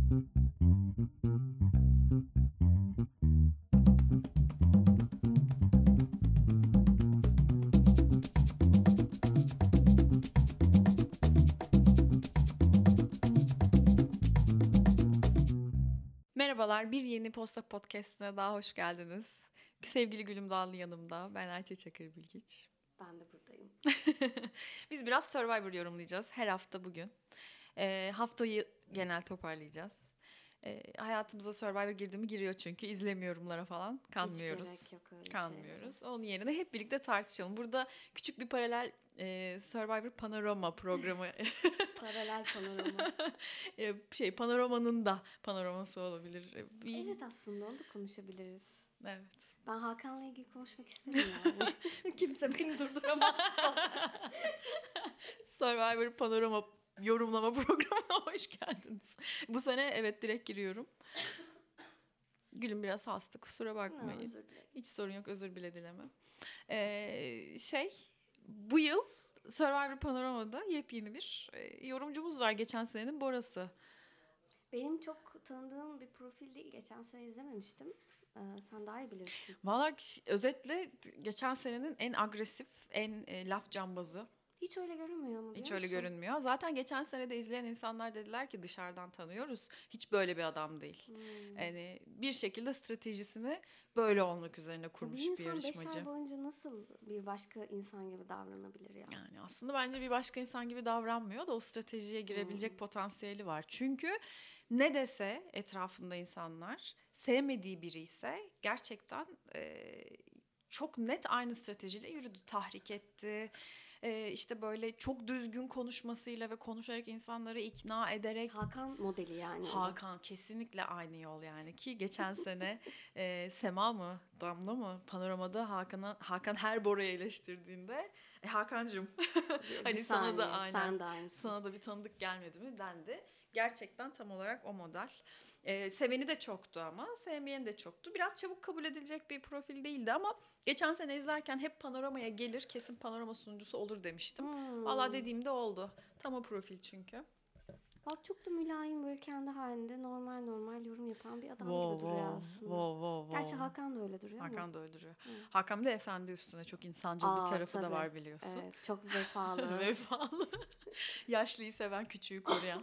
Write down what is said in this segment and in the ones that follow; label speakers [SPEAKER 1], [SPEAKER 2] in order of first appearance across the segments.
[SPEAKER 1] Merhabalar, bir yeni Posta Podcast'ine daha hoş geldiniz. Sevgili Gülüm Dağlı yanımda, ben Ayça Çakır Bilgiç.
[SPEAKER 2] Ben de buradayım.
[SPEAKER 1] Biz biraz Survivor yorumlayacağız her hafta bugün. Haftayı genel toparlayacağız. Hayatımıza Survivor girdi mi giriyor çünkü izlemiyor yorumlara falan kanmıyoruz.
[SPEAKER 2] Hiç gerek yok öyle
[SPEAKER 1] Kanmıyoruz. Onun yerine hep birlikte tartışalım. Burada küçük bir paralel Survivor Panorama programı.
[SPEAKER 2] Paralel panorama.
[SPEAKER 1] Panoramanın da panoraması olabilir.
[SPEAKER 2] Evet, aslında onu da konuşabiliriz.
[SPEAKER 1] Evet.
[SPEAKER 2] Ben Hakan'la ilgili konuşmak istedim yani. Kimse beni durduramaz.
[SPEAKER 1] Survivor Panorama yorumlama programına hoş geldiniz. Bu sene evet direkt giriyorum. Gülüm biraz hasta, kusura bakmayın.
[SPEAKER 2] Özür dilerim.
[SPEAKER 1] Hiç sorun yok, özür bile dileme. Bu yıl Survivor Panorama'da yepyeni bir yorumcumuz var, geçen senenin Bora'sı.
[SPEAKER 2] Benim çok tanıdığım bir profil değil. Geçen sene izlememiştim. Sen daha iyi bilirsin.
[SPEAKER 1] Valla özetle geçen senenin en agresif, en laf cambazı.
[SPEAKER 2] Hiç öyle görünmüyor mu?
[SPEAKER 1] Hiç öyle görünmüyor. Zaten geçen sene de izleyen insanlar dediler ki dışarıdan tanıyoruz. Hiç böyle bir adam değil. Yani bir şekilde stratejisini böyle olmak üzerine kurmuş bir yarışmacı.
[SPEAKER 2] Bir insan 5 ay boyunca nasıl bir başka insan gibi davranabilir ya?
[SPEAKER 1] Yani aslında bence bir başka insan gibi davranmıyor da o stratejiye girebilecek potansiyeli var. Çünkü ne dese etrafında insanlar, sevmediği biri ise gerçekten çok net aynı stratejiyle yürüdü. Tahrik etti. İşte böyle çok düzgün konuşmasıyla ve konuşarak insanları ikna ederek.
[SPEAKER 2] Hakan modeli yani.
[SPEAKER 1] Hakan kesinlikle aynı yol yani ki geçen sene Sema mı Damla mı Panorama'da Hakan her Bora'yı eleştirdiğinde Hakan'cığım hani sana da aynen,
[SPEAKER 2] sen de aynısın.
[SPEAKER 1] Sana da bir tanıdık gelmedi mi dendi. Gerçekten tam olarak o model. Seveni de çoktu ama sevmeyeni de çoktu. Biraz çabuk kabul edilecek bir profil değildi ama geçen sene izlerken hep Panorama'ya gelir, kesin Panorama sunucusu olur demiştim. Valla dediğimde oldu. Tam o profil çünkü.
[SPEAKER 2] Bak çok da mülayim, böyle kendi halinde normal yorum yapan bir adam gibi duruyor aslında. Gerçi Hakan da öyle duruyor.
[SPEAKER 1] Hakan da öyle duruyor. Hakan da efendi üstüne çok insancıl bir tarafı da var biliyorsun.
[SPEAKER 2] Evet, çok vefalı.
[SPEAKER 1] Vefalı. Yaşlıyı seven, küçüğü koruyan.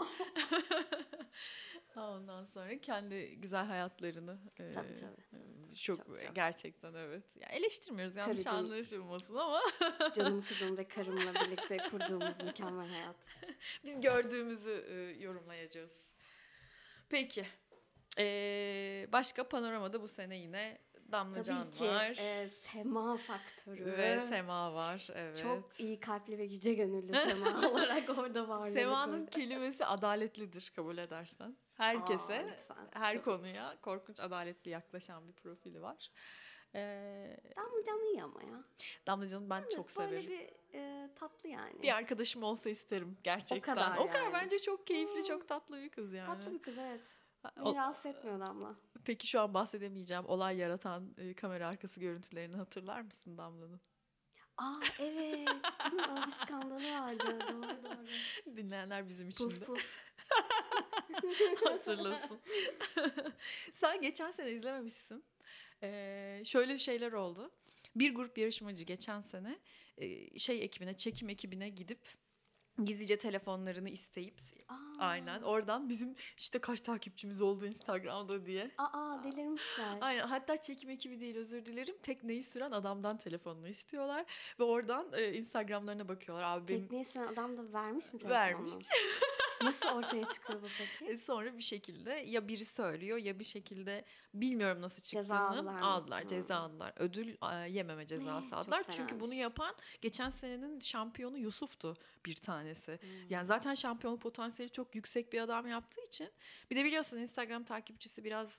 [SPEAKER 1] Ondan sonra kendi güzel hayatlarını
[SPEAKER 2] Tabii.
[SPEAKER 1] Çok gerçekten evet. Ya eleştirmiyoruz, yanlış anlaşılmasın ama.
[SPEAKER 2] Canım kızım ve karımla birlikte kurduğumuz mükemmel hayat.
[SPEAKER 1] Biz gördüğümüzü yorumlayacağız. Peki. Başka Panorama'da bu sene yine Damla Can var.
[SPEAKER 2] Tabii ki Sema faktörü.
[SPEAKER 1] Ve Sema var, evet.
[SPEAKER 2] Çok iyi kalpli ve yüce gönüllü Sema olarak orada var.
[SPEAKER 1] Sema'nın kelimesi adaletlidir, kabul edersen. Herkese,
[SPEAKER 2] lütfen.
[SPEAKER 1] her konuya korkunç adaletli yaklaşan bir profili var.
[SPEAKER 2] Damla Can iyi ama ya.
[SPEAKER 1] Damla Can'ı ben çok severim.
[SPEAKER 2] Böyle bir tatlı yani.
[SPEAKER 1] Bir arkadaşım olsa isterim gerçekten.
[SPEAKER 2] O kadar
[SPEAKER 1] bence çok keyifli, çok tatlı bir kız yani.
[SPEAKER 2] Tatlı bir kız, evet. Beni rahatsız etmiyor Damla.
[SPEAKER 1] Peki şu an bahsedemeyeceğim olay yaratan kamera arkası görüntülerini hatırlar mısın Damla'nın?
[SPEAKER 2] Evet. Değil mi? O bir skandalı vardı. Doğru.
[SPEAKER 1] Dinleyenler bizim için de.
[SPEAKER 2] Puf.
[SPEAKER 1] Hatırlasın. Sen geçen sene izlememişsin. Şöyle şeyler oldu. Bir grup yarışmacı geçen sene çekim ekibine gidip gizlice telefonlarını isteyip aynen oradan bizim işte kaç takipçimiz oldu Instagram'da diye.
[SPEAKER 2] Delirmişler.
[SPEAKER 1] Aynen, hatta çekim ekibi değil, özür dilerim, tekneyi süren adamdan telefonunu istiyorlar ve oradan Instagram'larına bakıyorlar. Abi
[SPEAKER 2] tekneyi süren adam da vermiş mi telefonunu?
[SPEAKER 1] Vermiş.
[SPEAKER 2] Nasıl ortaya çıkıyor bu peki?
[SPEAKER 1] Sonra bir şekilde ya biri söylüyor ya bir şekilde bilmiyorum nasıl çıktığını aldılar. Ceza aldılar. Ödül yememe cezası aldılar. Çünkü bunu yapan geçen senenin şampiyonu Yusuf'tu bir tanesi. Yani zaten şampiyonluk potansiyeli çok yüksek bir adam yaptığı için. Bir de biliyorsun Instagram takipçisi biraz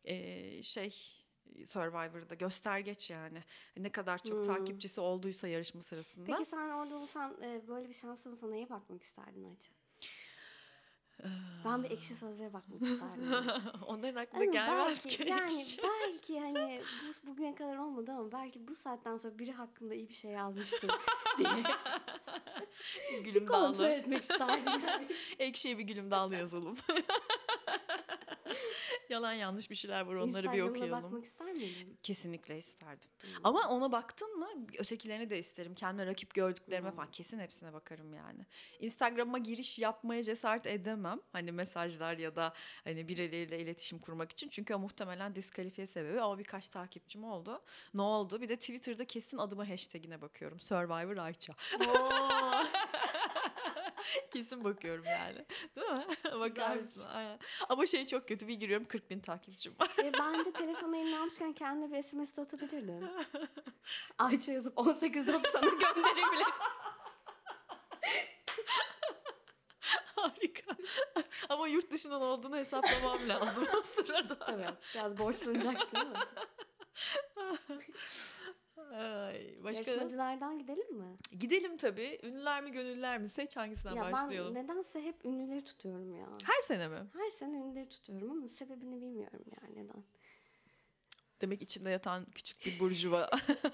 [SPEAKER 1] Survivor'da göstergeç yani. Ne kadar çok takipçisi olduysa yarışma sırasında.
[SPEAKER 2] Peki sen orada olsan, böyle bir şansın olsa neye bakmak isterdin Ayça? Ben bir ekşi sözlere bakmak isterdim.
[SPEAKER 1] Onların aklına gelmez ki.
[SPEAKER 2] Belki hani bugüne kadar olmadı ama belki bu saatten sonra biri hakkında iyi bir şey yazmıştır diye.
[SPEAKER 1] Gülüm
[SPEAKER 2] kontrol etmek isterdim.
[SPEAKER 1] Ekşiye bir Gülüm Dağlı yazalım. Yalan yanlış bir şeyler var, onları bir
[SPEAKER 2] Instagram'ına
[SPEAKER 1] okuyalım.
[SPEAKER 2] bakmak ister miydin?
[SPEAKER 1] Kesinlikle isterdim. Ama ona baktın mı ötekilerini de isterim. Kendime rakip gördüklerime falan kesin hepsine bakarım yani. Instagram'a giriş yapmaya cesaret edemem. Hani mesajlar ya da hani birileriyle iletişim kurmak için. Çünkü o muhtemelen diskalifiye sebebi. Ama birkaç takipçim oldu. Ne oldu? Bir de Twitter'da kesin adıma hashtagine bakıyorum. Survivor Ayça. Kesin bakıyorum yani. Değil mi? Bakar mısın? Aynen. Ama şey çok kötü, bir giriyorum 40.000 takipçim var.
[SPEAKER 2] Bence telefonu eline almışken kendine bir SMS de atabilirdin. Ayça yazıp 18.90'a gönderebilir.
[SPEAKER 1] Harika. Ama yurt dışından olduğunu hesaplamam lazım o sırada.
[SPEAKER 2] Evet. Biraz borçlanacaksın değil mi?
[SPEAKER 1] Ay, başka...
[SPEAKER 2] Yarışmacılardan gidelim mi?
[SPEAKER 1] Gidelim tabii. Ünlüler mi gönüllüler mi? Seç, hangisinden başlayalım?
[SPEAKER 2] Ben nedense hep ünlüleri tutuyorum ya.
[SPEAKER 1] Her sene mi?
[SPEAKER 2] Her sene ünlüleri tutuyorum ama sebebini bilmiyorum yani neden.
[SPEAKER 1] Demek içinde yatan küçük bir burjuva.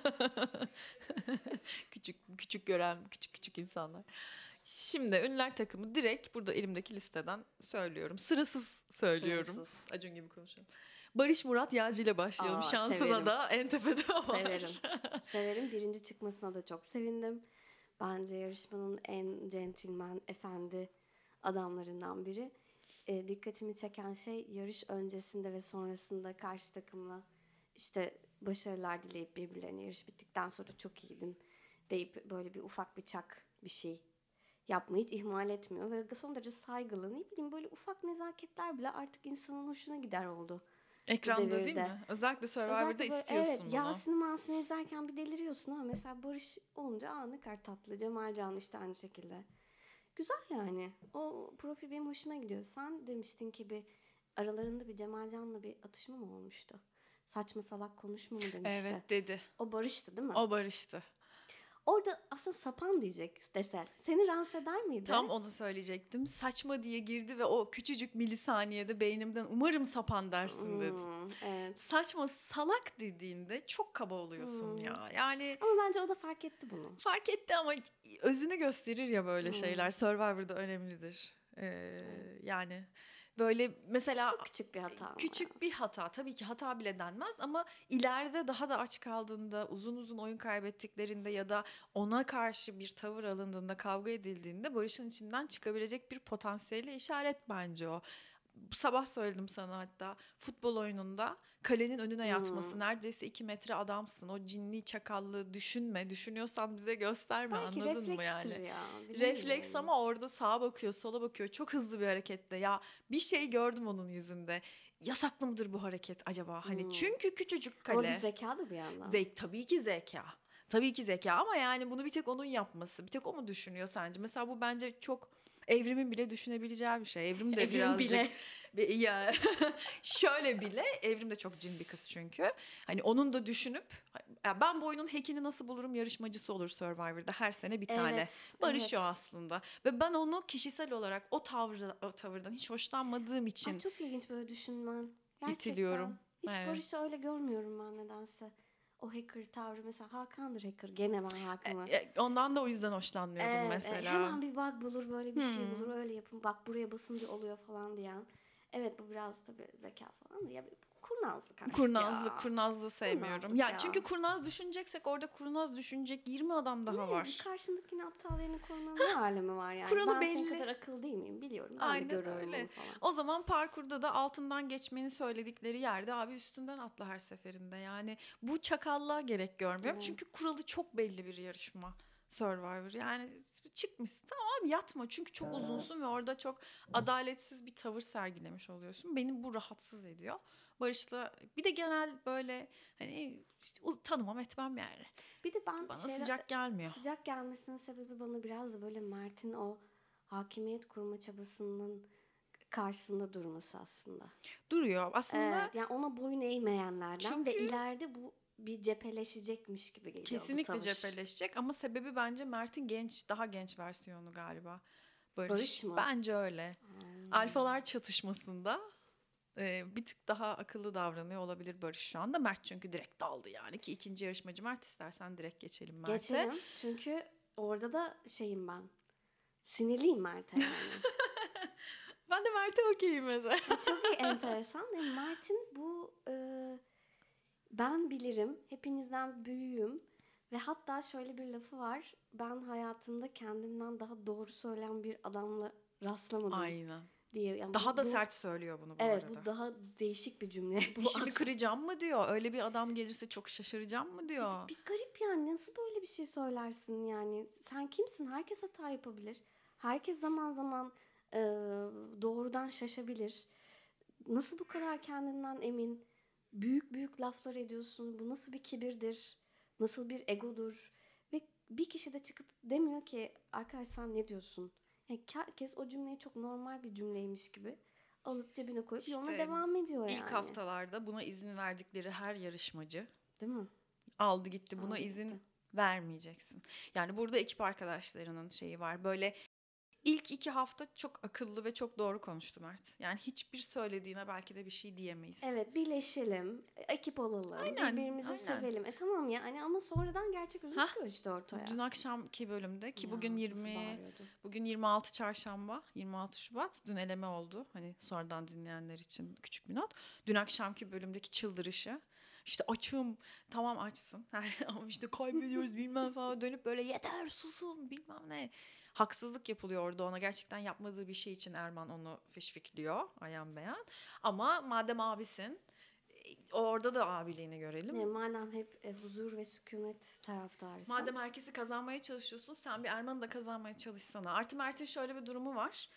[SPEAKER 1] küçük gören küçük insanlar. Şimdi ünlüler takımı direkt burada elimdeki listeden söylüyorum. Sırasız söylüyorum.
[SPEAKER 2] Sırasız.
[SPEAKER 1] Acun gibi konuşuyorum. Barış Murat Yağcı ile başlayalım. Şansına
[SPEAKER 2] severim.
[SPEAKER 1] da en tepede var.
[SPEAKER 2] Severim. Birinci çıkmasına da çok sevindim. Bence yarışmanın en centilmen, efendi adamlarından biri. Dikkatimi çeken şey yarış öncesinde ve sonrasında karşı takımla işte başarılar dileyip birbirlerine yarış bittikten sonra çok iyiydin deyip böyle bir ufak bir çak bir şey yapmayı hiç ihmal etmiyor. Ve son derece saygılı, ne bileyim böyle ufak nezaketler bile artık insanın hoşuna gider oldu.
[SPEAKER 1] Ekranda değil mi? Özellikle Survivor'da istiyorsun
[SPEAKER 2] evet,
[SPEAKER 1] bunu.
[SPEAKER 2] Yasin'i izlerken bir deliriyorsun ama mesela Barış olunca ne kadar tatlı. Cemal Can işte aynı şekilde. Güzel yani. O profil benim hoşuma gidiyor. Sen demiştin ki aralarında bir Cemal Can'la bir atışma mı olmuştu? Saçma salak konuşma mı demişti.
[SPEAKER 1] Evet dedi.
[SPEAKER 2] O Barış'tı değil mi?
[SPEAKER 1] O Barış'tı.
[SPEAKER 2] Orada aslında sapan diyecek dese. Seni rahatsız eder miydi?
[SPEAKER 1] Tam onu söyleyecektim. Saçma diye girdi ve o küçücük milisaniyede beynimden umarım sapan dersin dedi.
[SPEAKER 2] Evet.
[SPEAKER 1] Saçma salak dediğinde çok kaba oluyorsun ya. Yani
[SPEAKER 2] ama bence o da fark etti bunu.
[SPEAKER 1] Fark etti ama özünü gösterir ya böyle şeyler. Survivor'da önemlidir. Yani böyle mesela
[SPEAKER 2] çok küçük bir hata.
[SPEAKER 1] Küçük bir hata. Tabii ki hata bile denmez ama ileride daha da aç kaldığında, uzun oyun kaybettiklerinde ya da ona karşı bir tavır alındığında, kavga edildiğinde Barış'ın içinden çıkabilecek bir potansiyeli işaret bence o. Sabah söyledim sana hatta, futbol oyununda kalenin önüne yatması, neredeyse 2 metre adamsın, o cinli çakallığı düşünme, düşünüyorsan bize gösterme. Belki anladın mı yani?
[SPEAKER 2] Ya,
[SPEAKER 1] refleks ama orada sağa bakıyor, sola bakıyor, çok hızlı bir hareketle. Ya bir şey gördüm onun yüzünde, yasaklı mıdır bu hareket acaba? Hani çünkü küçücük kale.
[SPEAKER 2] Ama bir zeka da bir yandan.
[SPEAKER 1] Tabii ki zeka. Tabii ki zeka ama yani bunu bir tek onun yapması. Bir tek o mu düşünüyor sence? Mesela bu bence çok evrimin bile düşünebileceği bir şey. Evrim de birazcık ya şöyle bile, Evrim de çok cin bir kız çünkü. Hani onun da düşünüp ben bu oyunun hack'ini nasıl bulurum yarışmacısı olur Survivor'da her sene bir tane. Barış o aslında. Ve ben onu kişisel olarak o tavırdan hiç hoşlanmadığım için
[SPEAKER 2] Ay, çok ilginç böyle düşünmen. Gerçekten.
[SPEAKER 1] İtiliyorum.
[SPEAKER 2] Hiç Barış'ı öyle görmüyorum ben nedense. O hacker tavrı mesela, Hakan'dır hacker. Gene ben Hakan'ı.
[SPEAKER 1] Ondan da o yüzden hoşlanmıyordum mesela.
[SPEAKER 2] Hemen bir bug bulur, böyle bir şey bulur, öyle yapın. Bak buraya basınca oluyor falan diyen. Evet, bu biraz tabii zeka falan da ya, kurnazlık artık ya.
[SPEAKER 1] Kurnazlığı sevmiyorum. Ya çünkü kurnaz düşüneceksek orada kurnaz düşünecek 20 adam daha var.
[SPEAKER 2] Karşındakini aptal yerine koymanın ne alemi var yani?
[SPEAKER 1] Kuralı
[SPEAKER 2] ben
[SPEAKER 1] belli.
[SPEAKER 2] senin kadar akıllı değil miyim? Biliyorum. Ben
[SPEAKER 1] aynen
[SPEAKER 2] de görüyorum
[SPEAKER 1] öyle.
[SPEAKER 2] falan.
[SPEAKER 1] O zaman parkurda da altından geçmeni söyledikleri yerde abi üstünden atla her seferinde. Yani bu çakallığa gerek görmüyorum. Çünkü kuralı çok belli bir yarışma. Survivor yani çıkmışsın tamam abi, yatma çünkü çok uzunsun ve orada çok adaletsiz bir tavır sergilemiş oluyorsun. Beni bu rahatsız ediyor. Barış'la bir de genel böyle hani işte tanımam etmem yani.
[SPEAKER 2] Bir de bana
[SPEAKER 1] sıcak gelmiyor.
[SPEAKER 2] Sıcak gelmesinin sebebi bana biraz da böyle Mert'in o hakimiyet kurma çabasının karşısında durması aslında.
[SPEAKER 1] Duruyor aslında.
[SPEAKER 2] Evet, yani ona boyun eğmeyenlerden ve ileride bu bir cepheleşecekmiş gibi geliyor.
[SPEAKER 1] Kesinlikle cepheleşecek ama sebebi bence Mert'in daha genç versiyonu galiba.
[SPEAKER 2] Barış mı?
[SPEAKER 1] Bence öyle. Alfalar çatışmasında bir tık daha akıllı davranıyor olabilir Barış şu anda. Mert çünkü direkt daldı yani, ki ikinci yarışmacı Mert, istersen direkt geçelim Mert'e.
[SPEAKER 2] Geçelim çünkü orada da ben. Sinirliyim Mert'e yani.
[SPEAKER 1] Ben de Mert'e okeyim mesela.
[SPEAKER 2] Çok enteresan. Mert'in bu ben bilirim, hepinizden büyüğüm ve hatta şöyle bir lafı var. Ben hayatımda kendimden daha doğru söyleyen bir adamla rastlamadım
[SPEAKER 1] Aynen.
[SPEAKER 2] diye. Yani
[SPEAKER 1] Daha da
[SPEAKER 2] bu,
[SPEAKER 1] sert söylüyor bunu bu
[SPEAKER 2] evet,
[SPEAKER 1] arada.
[SPEAKER 2] bu daha değişik bir cümle. Bu
[SPEAKER 1] Dişimi kıracağım mı diyor. Öyle bir adam gelirse çok şaşıracağım mı diyor.
[SPEAKER 2] bir garip yani, nasıl böyle bir şey söylersin yani? Sen kimsin? Herkes hata yapabilir. Herkes zaman zaman e, doğrudan şaşabilir. Nasıl bu kadar kendinden emin? Büyük büyük laflar ediyorsun. Bu nasıl bir kibirdir? Nasıl bir egodur? Ve bir kişi de çıkıp demiyor ki arkadaş sen ne diyorsun? Yani herkes o cümleyi çok normal bir cümleymiş gibi alıp cebine koyup yoluna
[SPEAKER 1] İşte
[SPEAKER 2] devam ediyor yani.
[SPEAKER 1] İlk haftalarda buna izin verdikleri her yarışmacı
[SPEAKER 2] Değil mi?
[SPEAKER 1] aldı gitti, buna
[SPEAKER 2] Aldı
[SPEAKER 1] izin
[SPEAKER 2] gitti.
[SPEAKER 1] vermeyeceksin. Yani burada ekip arkadaşlarının şeyi var. Böyle ilk 2 hafta çok akıllı ve çok doğru konuştu Mert. Yani hiçbir söylediğine belki de bir şey diyemeyiz.
[SPEAKER 2] Evet, birleşelim, ekip olalım,
[SPEAKER 1] Aynen,
[SPEAKER 2] birbirimizi
[SPEAKER 1] aynen.
[SPEAKER 2] sevelim. Tamam yani, ama sonradan gerçek yüzü çıkıyor işte ortaya.
[SPEAKER 1] Dün akşamki bölümde ki
[SPEAKER 2] Ya,
[SPEAKER 1] bugün
[SPEAKER 2] nasıl
[SPEAKER 1] 20
[SPEAKER 2] bağırıyordu.
[SPEAKER 1] bugün 26 çarşamba, 26 Şubat. Dün eleme oldu. Hani sonradan dinleyenler için küçük bir not. Dün akşamki bölümdeki çıldırışı. İşte açım, tamam açsın. Ama işte kaybediyoruz bilmem falan, dönüp böyle yeter susun bilmem ne. Haksızlık yapılıyor orada ona. Gerçekten yapmadığı bir şey için Erman onu fişfikliyor ayan beyan. Ama madem abisin, orada da abiliğini görelim.
[SPEAKER 2] Madem hep huzur ve sükunet taraftarısın.
[SPEAKER 1] Madem herkesi kazanmaya çalışıyorsun, sen bir Erman'ı da kazanmaya çalışsana. Artı Mert'in şöyle bir durumu var.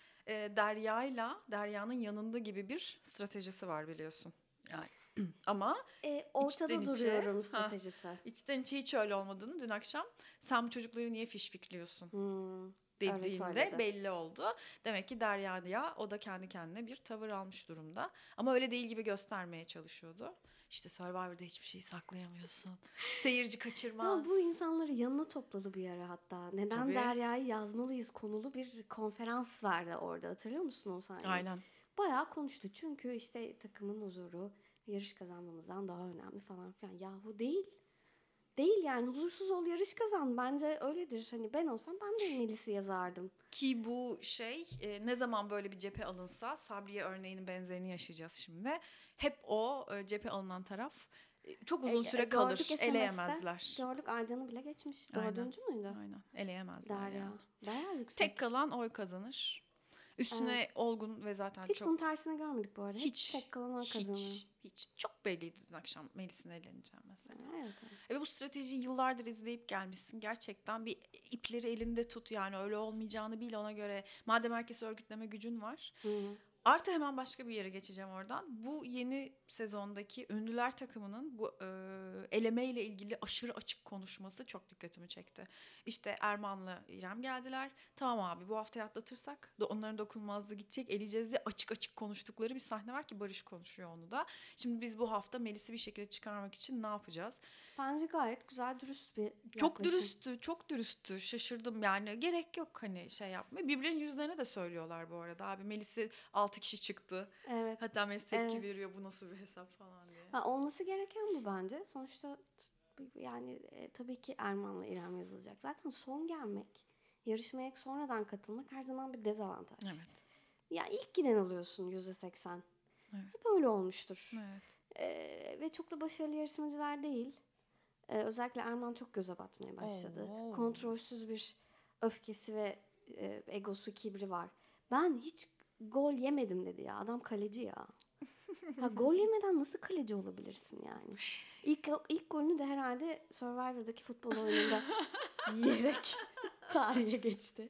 [SPEAKER 1] Derya'nın yanında gibi bir stratejisi var biliyorsun. Yani ama
[SPEAKER 2] Ortada
[SPEAKER 1] içten içe,
[SPEAKER 2] duruyorum stratejisi.
[SPEAKER 1] içten içe hiç öyle olmadığını dün akşam sen bu çocukları niye fişfikliyorsun
[SPEAKER 2] Öyle
[SPEAKER 1] dediğinde
[SPEAKER 2] söyledi.
[SPEAKER 1] belli oldu. Demek ki Derya o da kendi kendine bir tavır almış durumda. Ama öyle değil gibi göstermeye çalışıyordu. İşte Survivor'da hiçbir şeyi saklayamıyorsun. Seyirci kaçırmaz.
[SPEAKER 2] Ama bu insanları yanına topladı bir ara hatta. Neden
[SPEAKER 1] Tabii.
[SPEAKER 2] Derya'yı yazmalıyız konulu bir konferans verdi orada. Hatırlıyor musun o sahneyi?
[SPEAKER 1] Aynen.
[SPEAKER 2] Bayağı konuştu. Çünkü işte takımın huzuru yarış kazanmamızdan daha önemli falan filan. Yahu değil. Değil yani, huzursuz ol yarış kazan. Bence öyledir. Hani ben olsam ben de Melis'i yazardım.
[SPEAKER 1] Ki bu şey ne zaman böyle bir cephe alınsa, Sabriye örneğinin benzerini yaşayacağız şimdi. Hep o cephe alınan taraf çok uzun süre kalır.
[SPEAKER 2] SMS'te,
[SPEAKER 1] eleyemezler.
[SPEAKER 2] Gördük, Aycan'ı bile geçmiş.
[SPEAKER 1] Aynen.
[SPEAKER 2] 4. müydü?
[SPEAKER 1] Aynen. Eleyemezler
[SPEAKER 2] Derya.
[SPEAKER 1] yani.
[SPEAKER 2] Bayağı yüksek.
[SPEAKER 1] Tek kalan oy kazanır. Üstüne olgun ve zaten
[SPEAKER 2] Hiç
[SPEAKER 1] çok...
[SPEAKER 2] bunun tersini görmedik bu arada.
[SPEAKER 1] Hiç.
[SPEAKER 2] Tek kalan oy kazanır.
[SPEAKER 1] Hiç. Çok belliydi dün akşam Melis'in eğleneceğim mesela.
[SPEAKER 2] Evet.
[SPEAKER 1] Ve bu stratejiyi yıllardır izleyip gelmişsin. Gerçekten bir ipleri elinde tut, yani öyle olmayacağını bil, ona göre. Madem herkesi örgütleme gücün var.
[SPEAKER 2] Hı.
[SPEAKER 1] Artı hemen başka bir yere geçeceğim oradan. Bu yeni sezondaki ünlüler takımının bu eleme ile ilgili aşırı açık konuşması çok dikkatimi çekti. İşte Erman'la İrem geldiler. Tamam abi, bu haftayı atlatırsak da onların dokunulmazlığı gidecek, eleyeceğiz diye açık açık konuştukları bir sahne var ki Barış konuşuyor onu da. Şimdi biz bu hafta Melis'i bir şekilde çıkarmak için ne yapacağız?
[SPEAKER 2] Bence gayet güzel, dürüst bir
[SPEAKER 1] Çok
[SPEAKER 2] yaklaşım.
[SPEAKER 1] çok dürüsttü. Şaşırdım yani. Gerek yok hani şey yapmaya. Birbirinin yüzlerine de söylüyorlar bu arada. Abi Melis'i 6 kişi çıktı.
[SPEAKER 2] Evet.
[SPEAKER 1] Hatta Melis tepki veriyor, bu nasıl bir hesap falan diye.
[SPEAKER 2] Olması gereken bu bence. Sonuçta yani tabii ki Erman'la İrem yazılacak. Zaten son gelmek, yarışmaya sonradan katılmak her zaman bir dezavantaj.
[SPEAKER 1] Evet.
[SPEAKER 2] Ya ilk giden alıyorsun %80.
[SPEAKER 1] Evet.
[SPEAKER 2] Hep öyle olmuştur.
[SPEAKER 1] Evet.
[SPEAKER 2] Ve çok da başarılı yarışmacılar değil. Özellikle Erman çok göze batmaya başladı.
[SPEAKER 1] Oo.
[SPEAKER 2] Kontrolsüz bir öfkesi ve egosu, kibri var. Ben hiç gol yemedim dedi ya. Adam kaleci ya. Ha, gol yemeden nasıl kaleci olabilirsin yani? İlk golünü de herhalde Survivor'daki futbol oyununda yiyerek tarihe geçti.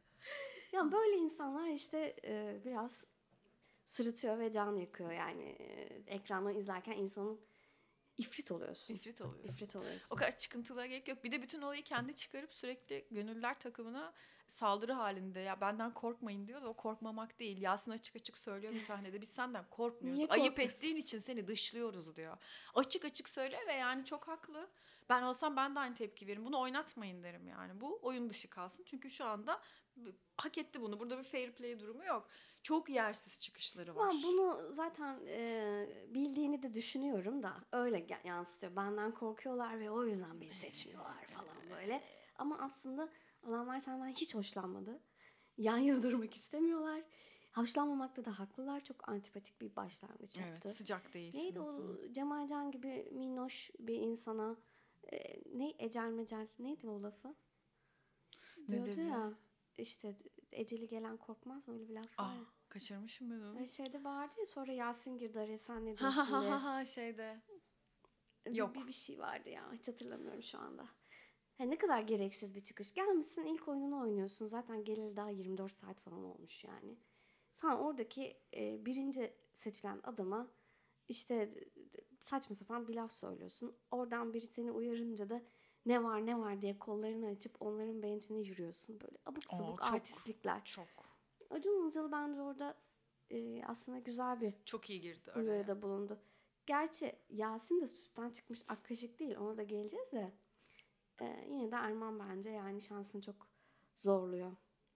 [SPEAKER 2] Ya böyle insanlar işte biraz sırıtıyor ve can yakıyor yani. Ekrandan izlerken insanın ifrit oluyorsun.
[SPEAKER 1] İfrit oluyorsun.
[SPEAKER 2] İfrit oluyorsun.
[SPEAKER 1] O kadar çıkıntılığa gerek yok. Bir de bütün olayı kendi çıkarıp sürekli gönüllüler takımına saldırı halinde. Ya benden korkmayın diyor da o korkmamak değil. Yasin açık açık söylüyor bir sahnede. Biz senden korkmuyoruz.
[SPEAKER 2] Niye
[SPEAKER 1] Ayıp
[SPEAKER 2] korkuyorsun?
[SPEAKER 1] ettiğin için seni dışlıyoruz diyor. Açık açık söyle ve yani çok haklı. Ben olsam ben de aynı tepki veririm. Bunu oynatmayın derim yani. Bu oyun dışı kalsın. Çünkü şu anda hak etti bunu. Burada bir fair play durumu yok. Çok yersiz çıkışları var.
[SPEAKER 2] Ben bunu zaten bildiğini de düşünüyorum da öyle yansıtıyor. Benden korkuyorlar ve o yüzden beni seçmiyorlar falan böyle. Ama aslında adamlar senden hiç hoşlanmadı. Yan yana durmak istemiyorlar. Hoşlanmamakta da haklılar. Çok antipatik bir başlangıç yaptı.
[SPEAKER 1] Evet, sıcak değilsin.
[SPEAKER 2] Neydi o Cemal Can gibi minnoş bir insana ne ecel mecel neydi o lafı?
[SPEAKER 1] Ne
[SPEAKER 2] Diyordu
[SPEAKER 1] dedi?
[SPEAKER 2] ya işte eceli gelen korkmaz mı, öyle bir laf var ya.
[SPEAKER 1] Kaçırmışım ben onu.
[SPEAKER 2] Öyle şeyde vardı ya, sonra Yasin girdi araya, sen ne
[SPEAKER 1] Ha
[SPEAKER 2] diyorsun
[SPEAKER 1] ha
[SPEAKER 2] diye.
[SPEAKER 1] ha ha şeyde. Yok.
[SPEAKER 2] Bir şey vardı ya, hiç hatırlamıyorum şu anda. Ne kadar gereksiz bir çıkış. Gelmişsin ilk oyununu oynuyorsun. Zaten geleli daha 24 saat falan olmuş yani. Sen oradaki birinci seçilen adama işte saçma sapan bir laf söylüyorsun. Oradan biri seni uyarınca da ne var ne var diye kollarını açıp onların bench'ine yürüyorsun. Böyle abuk sabuk
[SPEAKER 1] Çok,
[SPEAKER 2] artistlikler.
[SPEAKER 1] çok.
[SPEAKER 2] Acun Ilıcalı bence orada aslında güzel bir
[SPEAKER 1] Çok iyi girdi araya.
[SPEAKER 2] uyarıda bulundu. Gerçi Yasin de sütten çıkmış ak kaşık değil. Ona da geleceğiz de. Yine de Erman bence yani şansını çok zorluyor.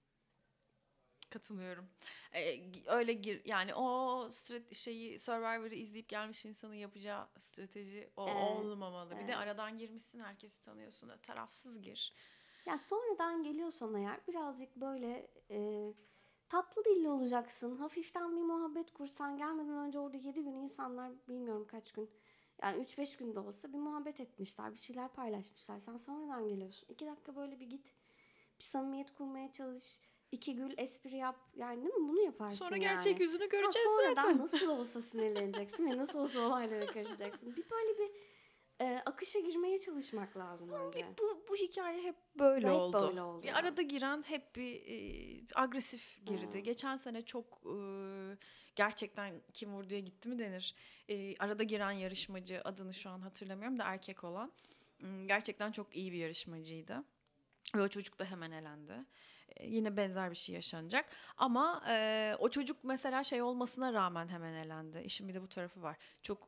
[SPEAKER 1] Katılıyorum. Öyle yani o şeyi Survivor'ı izleyip gelmiş insanın yapacağı strateji o olmamalı. Bir de aradan girmişsin, herkesi tanıyorsun da tarafsız gir.
[SPEAKER 2] Ya sonradan geliyorsan eğer birazcık böyle tatlı dilli olacaksın. Hafiften bir muhabbet kursan, gelmeden önce orada 7 gün insanlar bilmiyorum kaç gün, yani 3-5 günde olsa bir muhabbet etmişler, bir şeyler paylaşmışlar. Sen sonradan geliyorsun. 2 dakika böyle bir git, bir samimiyet kurmaya çalış. 2 gül espri yap. Yani değil mi? Bunu yaparsın
[SPEAKER 1] Sonra
[SPEAKER 2] yani.
[SPEAKER 1] gerçek yüzünü göreceğiz
[SPEAKER 2] sonradan
[SPEAKER 1] zaten.
[SPEAKER 2] nasıl olsa sinirleneceksin ve nasıl olsa olaylara karışacaksın. Bir böyle bir akışa girmeye çalışmak lazım bence.
[SPEAKER 1] Bu hikaye hep böyle
[SPEAKER 2] Hep
[SPEAKER 1] oldu.
[SPEAKER 2] böyle oldu
[SPEAKER 1] Bir
[SPEAKER 2] ya.
[SPEAKER 1] arada giren hep bir agresif girdi. Geçen sene çok gerçekten kim vurduya gitti mi denir. Arada giren yarışmacı, adını şu an hatırlamıyorum da, erkek olan. Gerçekten çok iyi bir yarışmacıydı. Ve o çocuk da hemen elendi. Yine benzer bir şey yaşanacak. Ama o çocuk mesela şey olmasına rağmen hemen elendi. İşin bir de bu tarafı var. Çok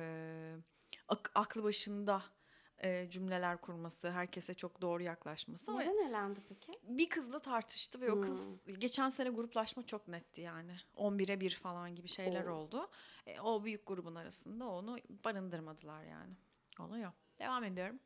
[SPEAKER 1] aklı başında cümleler kurması, herkese çok doğru yaklaşması. Ama
[SPEAKER 2] Neden elendi peki?
[SPEAKER 1] bir kızla tartıştı ve o kız, geçen sene gruplaşma çok netti yani. 11'e 1 falan gibi şeyler oldu. O büyük grubun arasında onu barındırmadılar yani. Oluyor. Devam ediyorum.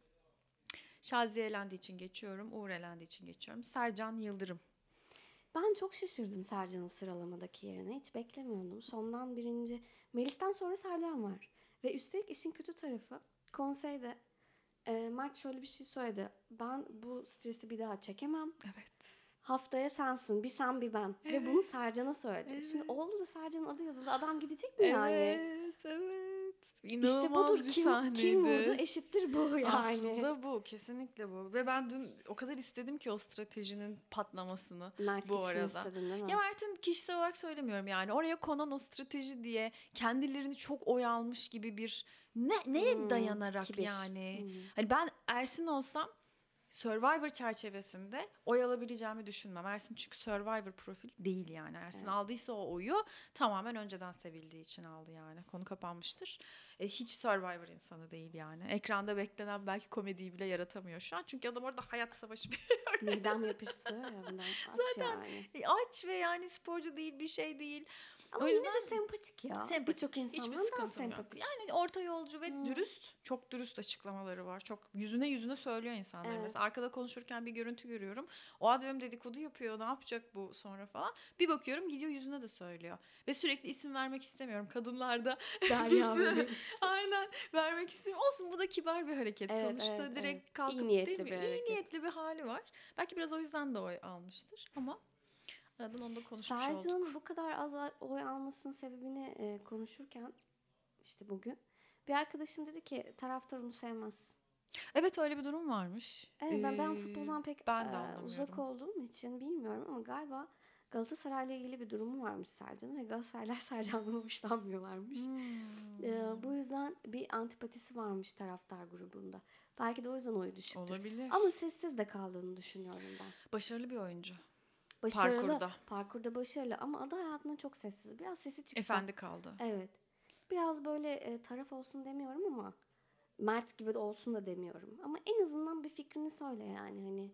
[SPEAKER 1] Şaziye elendiği için geçiyorum. Uğur elendiği için geçiyorum. Sercan Yıldırım.
[SPEAKER 2] Ben çok şaşırdım Sercan'ın sıralamadaki yerine. Hiç beklemiyordum. Sondan birinci. Melis'ten sonra Sercan var. Ve üstelik işin kötü tarafı, konseyde Mert şöyle bir şey söyledi. Ben bu stresi bir daha çekemem.
[SPEAKER 1] Evet.
[SPEAKER 2] Haftaya sensin. Bir sen bir ben.
[SPEAKER 1] Evet.
[SPEAKER 2] Ve bunu Sercan'a söyledi.
[SPEAKER 1] Evet.
[SPEAKER 2] Şimdi oldu da Sercan'ın adı yazıldı. Adam gidecek mi yani?
[SPEAKER 1] Evet.
[SPEAKER 2] İşte
[SPEAKER 1] İnanılmaz
[SPEAKER 2] budur.
[SPEAKER 1] bir
[SPEAKER 2] Kim
[SPEAKER 1] sahneydi.
[SPEAKER 2] vurdu eşittir bu yani.
[SPEAKER 1] Aslında bu. Kesinlikle bu. Ve ben dün o kadar istedim ki o stratejinin patlamasını.
[SPEAKER 2] Mert
[SPEAKER 1] bu
[SPEAKER 2] gitsin
[SPEAKER 1] arada.
[SPEAKER 2] istedin değil mi?
[SPEAKER 1] Ya Mert'in kişisel olarak söylemiyorum yani. Oraya konan o strateji diye kendilerini çok oy almış gibi bir neye dayanarak
[SPEAKER 2] kibir.
[SPEAKER 1] yani. Hani ben Ersin olsam Survivor çerçevesinde oy alabileceğimi düşünmem. Ersin çünkü Survivor profil değil yani. Ersin aldıysa o oyu tamamen önceden sevildiği için aldı yani. Konu kapanmıştır. Hiç Survivor insanı değil yani. Ekranda beklenen belki komediyi bile yaratamıyor şu an. Çünkü adam orada hayat savaşı veriyor.
[SPEAKER 2] Midem yapıştı ya bundan. Aç yani.
[SPEAKER 1] Aç ve yani sporcu değil, bir şey değil.
[SPEAKER 2] Ama
[SPEAKER 1] o
[SPEAKER 2] yine
[SPEAKER 1] yüzden
[SPEAKER 2] de sempatik ya.
[SPEAKER 1] sempatik.
[SPEAKER 2] Birçok
[SPEAKER 1] Hiçbir
[SPEAKER 2] insandan daha
[SPEAKER 1] sıkıntım yok.
[SPEAKER 2] sempatik.
[SPEAKER 1] Yani orta yolcu ve dürüst. Çok dürüst açıklamaları var. Çok yüzüne söylüyor insanlar.
[SPEAKER 2] Evet.
[SPEAKER 1] Mesela arkada konuşurken bir görüntü görüyorum. O diyorum dedikodu yapıyor. Ne yapacak bu sonra falan. Bir bakıyorum gidiyor yüzüne de söylüyor. Ve sürekli isim vermek istemiyorum. Kadınlarda
[SPEAKER 2] Derya Melis.
[SPEAKER 1] Aynen vermek istemiyorum. Olsun, bu da kibar bir hareket.
[SPEAKER 2] Evet,
[SPEAKER 1] Sonuçta
[SPEAKER 2] evet,
[SPEAKER 1] direkt
[SPEAKER 2] evet.
[SPEAKER 1] kalkıp
[SPEAKER 2] İyi niyetli
[SPEAKER 1] değil mi?
[SPEAKER 2] bir
[SPEAKER 1] İyi
[SPEAKER 2] hareket.
[SPEAKER 1] niyetli bir hali var. Belki biraz o yüzden de oy almıştır. Ama aradan onu da konuşmuş olduk.
[SPEAKER 2] Sercan'ın bu kadar az oy almasının sebebini konuşurken işte bugün bir arkadaşım dedi ki taraftar onu sevmez.
[SPEAKER 1] Evet, öyle bir durum varmış.
[SPEAKER 2] Evet, ben futboldan pek
[SPEAKER 1] ben de anlamıyorum.
[SPEAKER 2] uzak olduğum için bilmiyorum ama galiba Galatasaray'la ilgili bir durumu varmış Sercan'ın ve Galatasaraylar Sercan'dan hoşlanmıyorlarmış. Bu yüzden bir antipatisi varmış taraftar grubunda. Belki de o yüzden oyu düşüktür.
[SPEAKER 1] Olabilir.
[SPEAKER 2] Ama sessiz de kaldığını düşünüyorum ben.
[SPEAKER 1] Başarılı bir oyuncu.
[SPEAKER 2] Başarılı. Parkurda başarılı ama adı hayatında çok sessiz. Biraz sesi çıksa.
[SPEAKER 1] Efendi kaldı.
[SPEAKER 2] Evet. Biraz böyle taraf olsun demiyorum ama Mert gibi de olsun da demiyorum. Ama en azından bir fikrini söyle yani hani.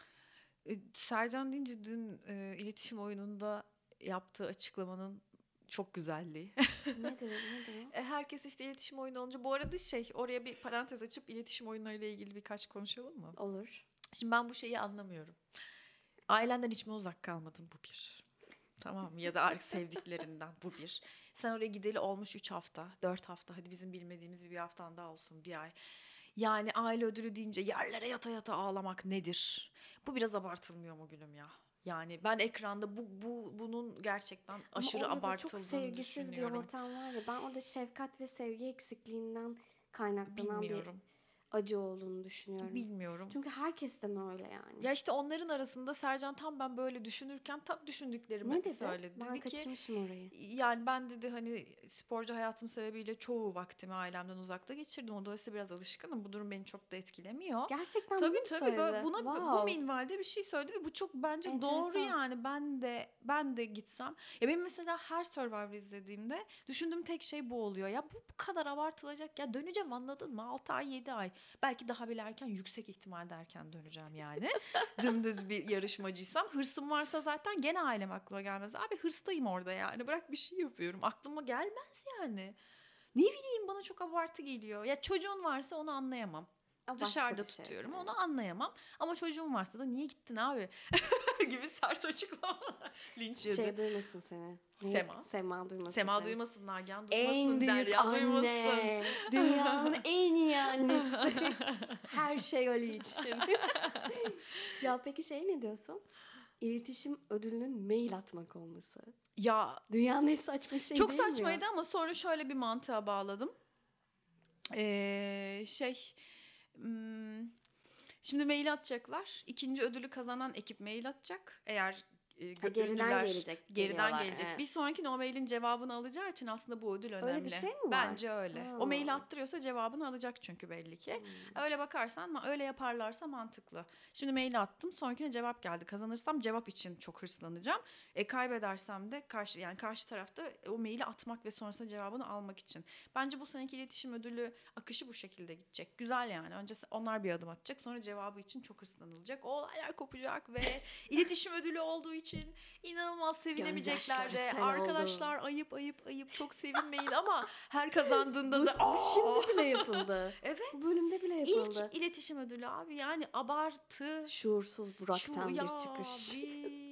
[SPEAKER 1] Sercan deyince dün iletişim oyununda yaptığı açıklamanın çok güzelliği.
[SPEAKER 2] Nedir o?
[SPEAKER 1] Herkes işte iletişim oyunu olunca, bu arada oraya bir parantez açıp iletişim oyunlarıyla ilgili birkaç konuşalım mı?
[SPEAKER 2] Olur.
[SPEAKER 1] Şimdi ben bu şeyi anlamıyorum. Ailenden hiç mi uzak kalmadın, bu bir? Tamam mı? Ya da sevdiklerinden, bu bir. Sen oraya gideli olmuş 3 hafta, 4 hafta, hadi bizim bilmediğimiz bir haftan daha olsun, bir ay. Yani aile ödülü deyince yerlere yata yata ağlamak nedir? Bu biraz abartılmıyor mu gülüm ya? Yani ben ekranda bunun gerçekten
[SPEAKER 2] Ama
[SPEAKER 1] aşırı
[SPEAKER 2] orada da çok
[SPEAKER 1] abartıldığını
[SPEAKER 2] sevgisiz bir
[SPEAKER 1] düşünüyorum.
[SPEAKER 2] ortam var ya. Ben orada şefkat ve sevgi eksikliğinden kaynaklanan bir
[SPEAKER 1] Bilmiyorum.
[SPEAKER 2] acı olduğunu düşünüyorum.
[SPEAKER 1] Bilmiyorum.
[SPEAKER 2] Çünkü herkes de mi öyle yani?
[SPEAKER 1] Ya işte onların arasında Sercan tam ben böyle düşünürken tam düşündüklerimi
[SPEAKER 2] Ne dedi?
[SPEAKER 1] söyledi.
[SPEAKER 2] Ben
[SPEAKER 1] Dedi ki
[SPEAKER 2] kaçırmışım orayı.
[SPEAKER 1] yani ben dedi hani sporcu hayatım sebebiyle çoğu vaktimi ailemden uzakta geçirdim. O dolayısıyla biraz alışkınım. Bu durum beni çok da etkilemiyor.
[SPEAKER 2] Gerçekten bunu
[SPEAKER 1] Tabii
[SPEAKER 2] mu
[SPEAKER 1] tabii böyle
[SPEAKER 2] söyledi?
[SPEAKER 1] bu
[SPEAKER 2] Wow.
[SPEAKER 1] minvalde bir şey söyledi ve bu çok bence doğru
[SPEAKER 2] Enteresan.
[SPEAKER 1] yani. Ben de gitsem. Ya benim mesela her Survivor izlediğimde düşündüğüm tek şey bu oluyor. Ya bu kadar abartılacak ya, döneceğim anladın mı? 6 ay 7 ay. Belki daha bile erken, yüksek ihtimalle erken döneceğim yani. Dümdüz bir yarışmacıysam, hırsım varsa zaten gene ailem aklıma gelmez. Abi hırstayım orada yani. Bırak bir şey yapıyorum. Aklıma gelmez yani. Ne bileyim, bana çok abartı geliyor. Ya çocuğun varsa onu anlayamam.
[SPEAKER 2] O başka
[SPEAKER 1] Dışarıda
[SPEAKER 2] bir şey.
[SPEAKER 1] tutuyorum.
[SPEAKER 2] Evet.
[SPEAKER 1] Onu anlayamam. Ama çocuğum varsa da niye gittin abi? gibi sert açıklama. Linç yedi.
[SPEAKER 2] Duymasın seni.
[SPEAKER 1] Sema.
[SPEAKER 2] Sema duymasın
[SPEAKER 1] Sema
[SPEAKER 2] seni.
[SPEAKER 1] duymasın, Nagihan
[SPEAKER 2] En
[SPEAKER 1] duymasın,
[SPEAKER 2] büyük
[SPEAKER 1] Derya
[SPEAKER 2] anne.
[SPEAKER 1] duymasın.
[SPEAKER 2] Dünyanın en iyi annesi. Her şey Ali için. Ya peki ne diyorsun? İletişim ödülünün mail atmak olması.
[SPEAKER 1] Ya
[SPEAKER 2] Dünyanın en saçma şey
[SPEAKER 1] çok
[SPEAKER 2] değil mi
[SPEAKER 1] saçmaydı
[SPEAKER 2] ya?
[SPEAKER 1] ama sonra şöyle bir mantığa bağladım. Şey... Şimdi mail atacaklar. İkinci ödülü kazanan ekip mail atacak. Eğer
[SPEAKER 2] Geriden gelecek.
[SPEAKER 1] geriden
[SPEAKER 2] geliyorlar,
[SPEAKER 1] gelecek.
[SPEAKER 2] evet.
[SPEAKER 1] Bir sonraki o mailin cevabını alacağı için aslında bu ödül önemli.
[SPEAKER 2] Öyle bir şey mi var?
[SPEAKER 1] Bence öyle.
[SPEAKER 2] Ha.
[SPEAKER 1] O maili attırıyorsa cevabını alacak çünkü belli ki. Öyle bakarsan, öyle yaparlarsa mantıklı. Şimdi maili attım. Sonrakine cevap geldi. Kazanırsam cevap için çok hırslanacağım. Kaybedersem de karşı tarafta o maili atmak ve sonrasında cevabını almak için. Bence bu seneki iletişim ödülü akışı bu şekilde gidecek. Güzel yani. Önce onlar bir adım atacak. Sonra cevabı için çok hırslanılacak. O olaylar kopacak ve iletişim ödülü olduğu için inanılmaz sevinemeyecekler de.
[SPEAKER 2] Gözyaşları sel
[SPEAKER 1] Arkadaşlar ayıp çok sevinmeyin ama her kazandığında da
[SPEAKER 2] Bu şimdi bile yapıldı.
[SPEAKER 1] evet.
[SPEAKER 2] Bu bölümde bile yapıldı.
[SPEAKER 1] İlk iletişim ödülü abi, yani abartı.
[SPEAKER 2] Şuursuz Burak'tan bir çıkış.
[SPEAKER 1] Abi.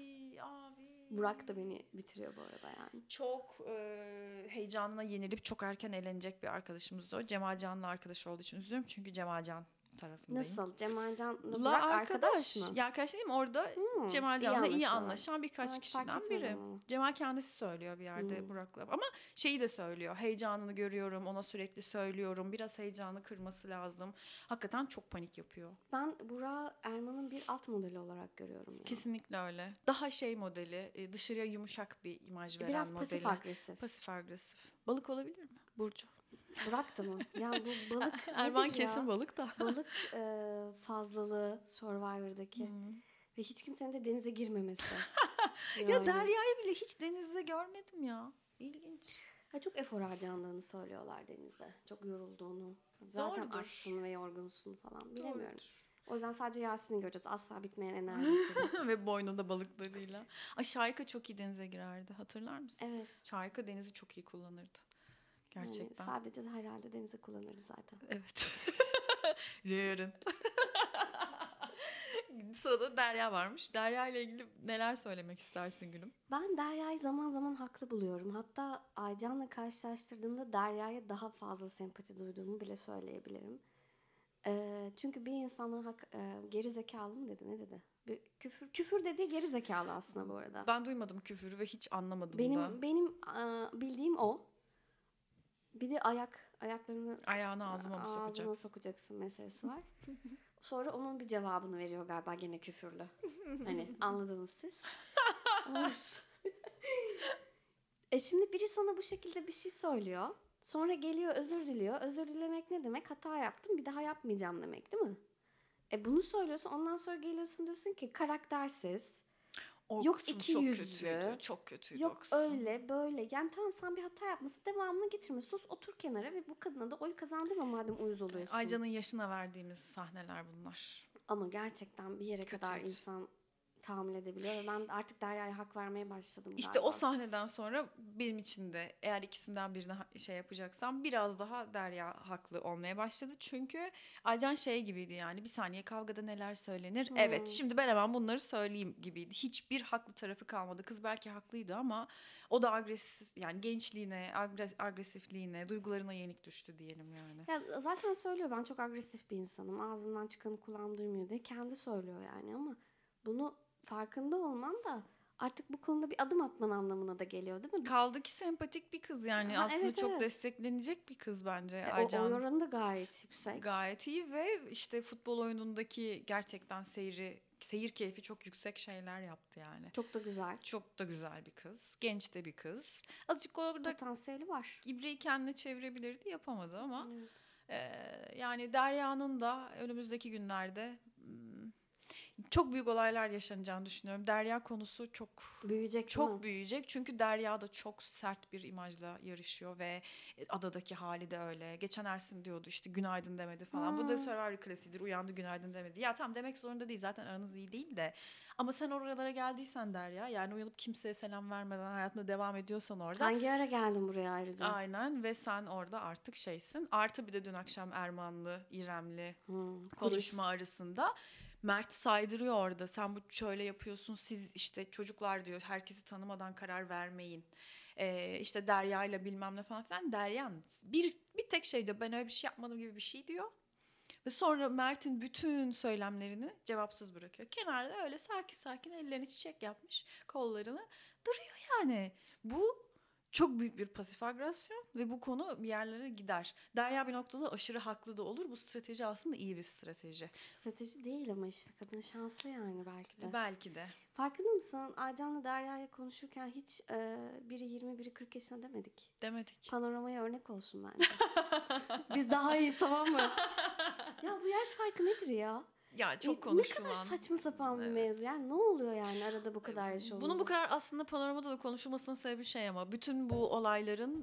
[SPEAKER 2] Burak da beni bitiriyor bu arada yani.
[SPEAKER 1] Çok heyecanına yenilip çok erken eğlenecek bir arkadaşımız da o. Cemal Can'la arkadaş olduğu için üzülüyorum çünkü Cemal Can tarafındayım.
[SPEAKER 2] Nasıl? Cemal Can'la
[SPEAKER 1] La
[SPEAKER 2] Burak arkadaş mı?
[SPEAKER 1] Ya arkadaş değil mi? Orada Cemal
[SPEAKER 2] iyi
[SPEAKER 1] Can'la iyi
[SPEAKER 2] anlaşıyorlar.
[SPEAKER 1] anlaşan birkaç
[SPEAKER 2] Evet,
[SPEAKER 1] kişiden
[SPEAKER 2] fark
[SPEAKER 1] biri.
[SPEAKER 2] etmedim ama.
[SPEAKER 1] Cemal kendisi söylüyor bir yerde Burak'la. Ama şeyi de söylüyor. Heyecanını görüyorum. Ona sürekli söylüyorum. Biraz heyecanı kırması lazım. Hakikaten çok panik yapıyor.
[SPEAKER 2] Ben Burak'ı Erman'ın bir alt modeli olarak görüyorum ya.
[SPEAKER 1] Kesinlikle öyle. Daha modeli, dışarıya yumuşak bir imaj veren
[SPEAKER 2] Biraz
[SPEAKER 1] modeli.
[SPEAKER 2] pasif agresif.
[SPEAKER 1] Pasif agresif. Balık olabilir mi? Burcu.
[SPEAKER 2] Burak da mı? Ya bu balık
[SPEAKER 1] Erman
[SPEAKER 2] nedir ya?
[SPEAKER 1] kesin balık da.
[SPEAKER 2] Balık fazlalığı Survivor'daki. Ve hiç kimsenin de denize girmemesi.
[SPEAKER 1] Ya Derya'yı bile hiç denizde görmedim ya. İlginç.
[SPEAKER 2] Çok efor harcandığını söylüyorlar denizde. Çok yorulduğunu. Zaten
[SPEAKER 1] Doğrudur.
[SPEAKER 2] açsın ve yorgunsun falan. Bilemiyorum.
[SPEAKER 1] Doğrudur.
[SPEAKER 2] O yüzden sadece Yasin'i göreceğiz. Asla bitmeyen enerjisiyle.
[SPEAKER 1] Ve boynunda balıklarıyla. Şayka çok iyi denize girerdi. Hatırlar mısın?
[SPEAKER 2] Evet.
[SPEAKER 1] Şayka denizi çok iyi kullanırdı. Gerçekten.
[SPEAKER 2] Yani sadece herhalde denizi kullanırız zaten.
[SPEAKER 1] Evet. Yarın. Sırada Derya varmış. Derya ile ilgili neler söylemek istersin gülüm?
[SPEAKER 2] Ben Derya'yı zaman zaman haklı buluyorum. Hatta Aycan'la karşılaştırdığımda Derya'ya daha fazla sempati duyduğumu bile söyleyebilirim. Çünkü bir insanın geri zekalı mı dedi, ne dedi? Bir küfür dediği geri zekalı aslında bu arada.
[SPEAKER 1] Ben duymadım küfürü ve hiç anlamadım da.
[SPEAKER 2] Benim bildiğim o. Bir de ayaklarını
[SPEAKER 1] Ayağını ağzıma mı sokacaksın?
[SPEAKER 2] Ağzına sokacaksın meselesi var. Sonra onun bir cevabını veriyor galiba gene küfürlü. Hani anladınız siz. Şimdi biri sana bu şekilde bir şey söylüyor. Sonra geliyor özür diliyor. Özür dilemek ne demek? Hata yaptım, bir daha yapmayacağım demek, değil mi? Bunu söylüyorsun, ondan sonra geliyorsun diyorsun ki karaktersiz.
[SPEAKER 1] O
[SPEAKER 2] yok
[SPEAKER 1] kısım
[SPEAKER 2] iki
[SPEAKER 1] çok
[SPEAKER 2] yüzlü.
[SPEAKER 1] kötüydü. Çok kötüydü o
[SPEAKER 2] Yok
[SPEAKER 1] kısım.
[SPEAKER 2] öyle böyle. Yani tamam, sen bir hata yapmasın, devamını getirme. Sus, otur kenara ve bu kadına da oy kazandırma madem uyuz oluyorsun.
[SPEAKER 1] Aycan'ın yaşına verdiğimiz sahneler bunlar.
[SPEAKER 2] Ama gerçekten bir yere kadar
[SPEAKER 1] Kötüydü.
[SPEAKER 2] insan tahammül edebiliyor ve ben artık Derya'ya hak vermeye başladım
[SPEAKER 1] İşte
[SPEAKER 2] galiba.
[SPEAKER 1] o sahneden sonra benim için de eğer ikisinden birine şey yapacaksam biraz daha Derya haklı olmaya başladı. Çünkü Aycan şey gibiydi yani, bir saniye kavgada neler söylenir. Evet, şimdi ben hemen bunları söyleyeyim gibiydi. Hiçbir haklı tarafı kalmadı. Kız belki haklıydı ama o da agresif, yani gençliğine, agresifliğine, duygularına yenik düştü diyelim yani.
[SPEAKER 2] Ya zaten söylüyor, ben çok agresif bir insanım. Ağzımdan çıkanı kulağım duymuyor diye kendi söylüyor yani, ama bunu farkında olman da artık bu konuda bir adım atman anlamına da geliyor değil mi?
[SPEAKER 1] Kaldı ki sempatik bir kız yani,
[SPEAKER 2] Ha,
[SPEAKER 1] aslında
[SPEAKER 2] evet,
[SPEAKER 1] çok
[SPEAKER 2] evet.
[SPEAKER 1] desteklenecek bir kız bence
[SPEAKER 2] O
[SPEAKER 1] Aycan.
[SPEAKER 2] oranı da gayet yüksek.
[SPEAKER 1] Gayet iyi ve işte futbol oyunundaki gerçekten seyir keyfi çok yüksek şeyler yaptı yani.
[SPEAKER 2] Çok da güzel.
[SPEAKER 1] Çok da güzel bir kız. Genç de bir kız. Azıcık orada
[SPEAKER 2] Potansiyeli var.
[SPEAKER 1] ibreyi kendine çevirebilirdi, yapamadı ama
[SPEAKER 2] Evet.
[SPEAKER 1] yani Derya'nın da önümüzdeki günlerde çok büyük olaylar yaşanacağını düşünüyorum. Derya konusu çok
[SPEAKER 2] Büyüyecek değil mi?
[SPEAKER 1] çok büyüyecek. Çünkü Derya da çok sert bir imajla yarışıyor ve adadaki hali de öyle. Geçen Ersin diyordu işte günaydın demedi falan. Bu da Survivor klasiğidir. Uyandı günaydın demedi. Ya tamam, demek zorunda değil. Zaten aranız iyi değil de. Ama sen oralara geldiysen Derya, yani uyanıp kimseye selam vermeden hayatına devam ediyorsan orada.
[SPEAKER 2] Hangi ara geldin buraya ayrıca?
[SPEAKER 1] Aynen, ve sen orada artık şeysin. Artı bir de dün akşam Erman'lı, İrem'li
[SPEAKER 2] Kulis.
[SPEAKER 1] konuşma arasında Mert saydırıyor orada. Sen bu şöyle yapıyorsun, siz işte çocuklar diyor, herkesi tanımadan karar vermeyin. İşte Derya'yla bilmem ne falan filan. Derya bir tek şey diyor, ben öyle bir şey yapmadım gibi bir şey diyor. Ve sonra Mert'in bütün söylemlerini cevapsız bırakıyor. Kenarda öyle sakin sakin ellerini çiçek yapmış, kollarını duruyor yani. Bu çok büyük bir pasif agresyon ve bu konu bir yerlere gider. Derya bir noktada aşırı haklı da olur. Bu strateji aslında iyi bir strateji.
[SPEAKER 2] Strateji değil ama işte kadın şanslı yani belki de.
[SPEAKER 1] Belki de.
[SPEAKER 2] Farkında mısın? Aycan'la Derya'ya konuşurken hiç biri 20 biri 40 yaşında demedik.
[SPEAKER 1] Demedik.
[SPEAKER 2] Panoramaya örnek olsun bence. Biz daha iyiyiz, tamam mı? Ya bu yaş farkı nedir ya?
[SPEAKER 1] Ya çok
[SPEAKER 2] Ne
[SPEAKER 1] konuşulan.
[SPEAKER 2] kadar saçma sapan bir
[SPEAKER 1] Evet.
[SPEAKER 2] mevzu. Yani ne oluyor yani arada bu kadar yaş olunca?
[SPEAKER 1] Bunun bu kadar aslında panoramada da konuşulmasının sebebi şey, ama bütün bu olayların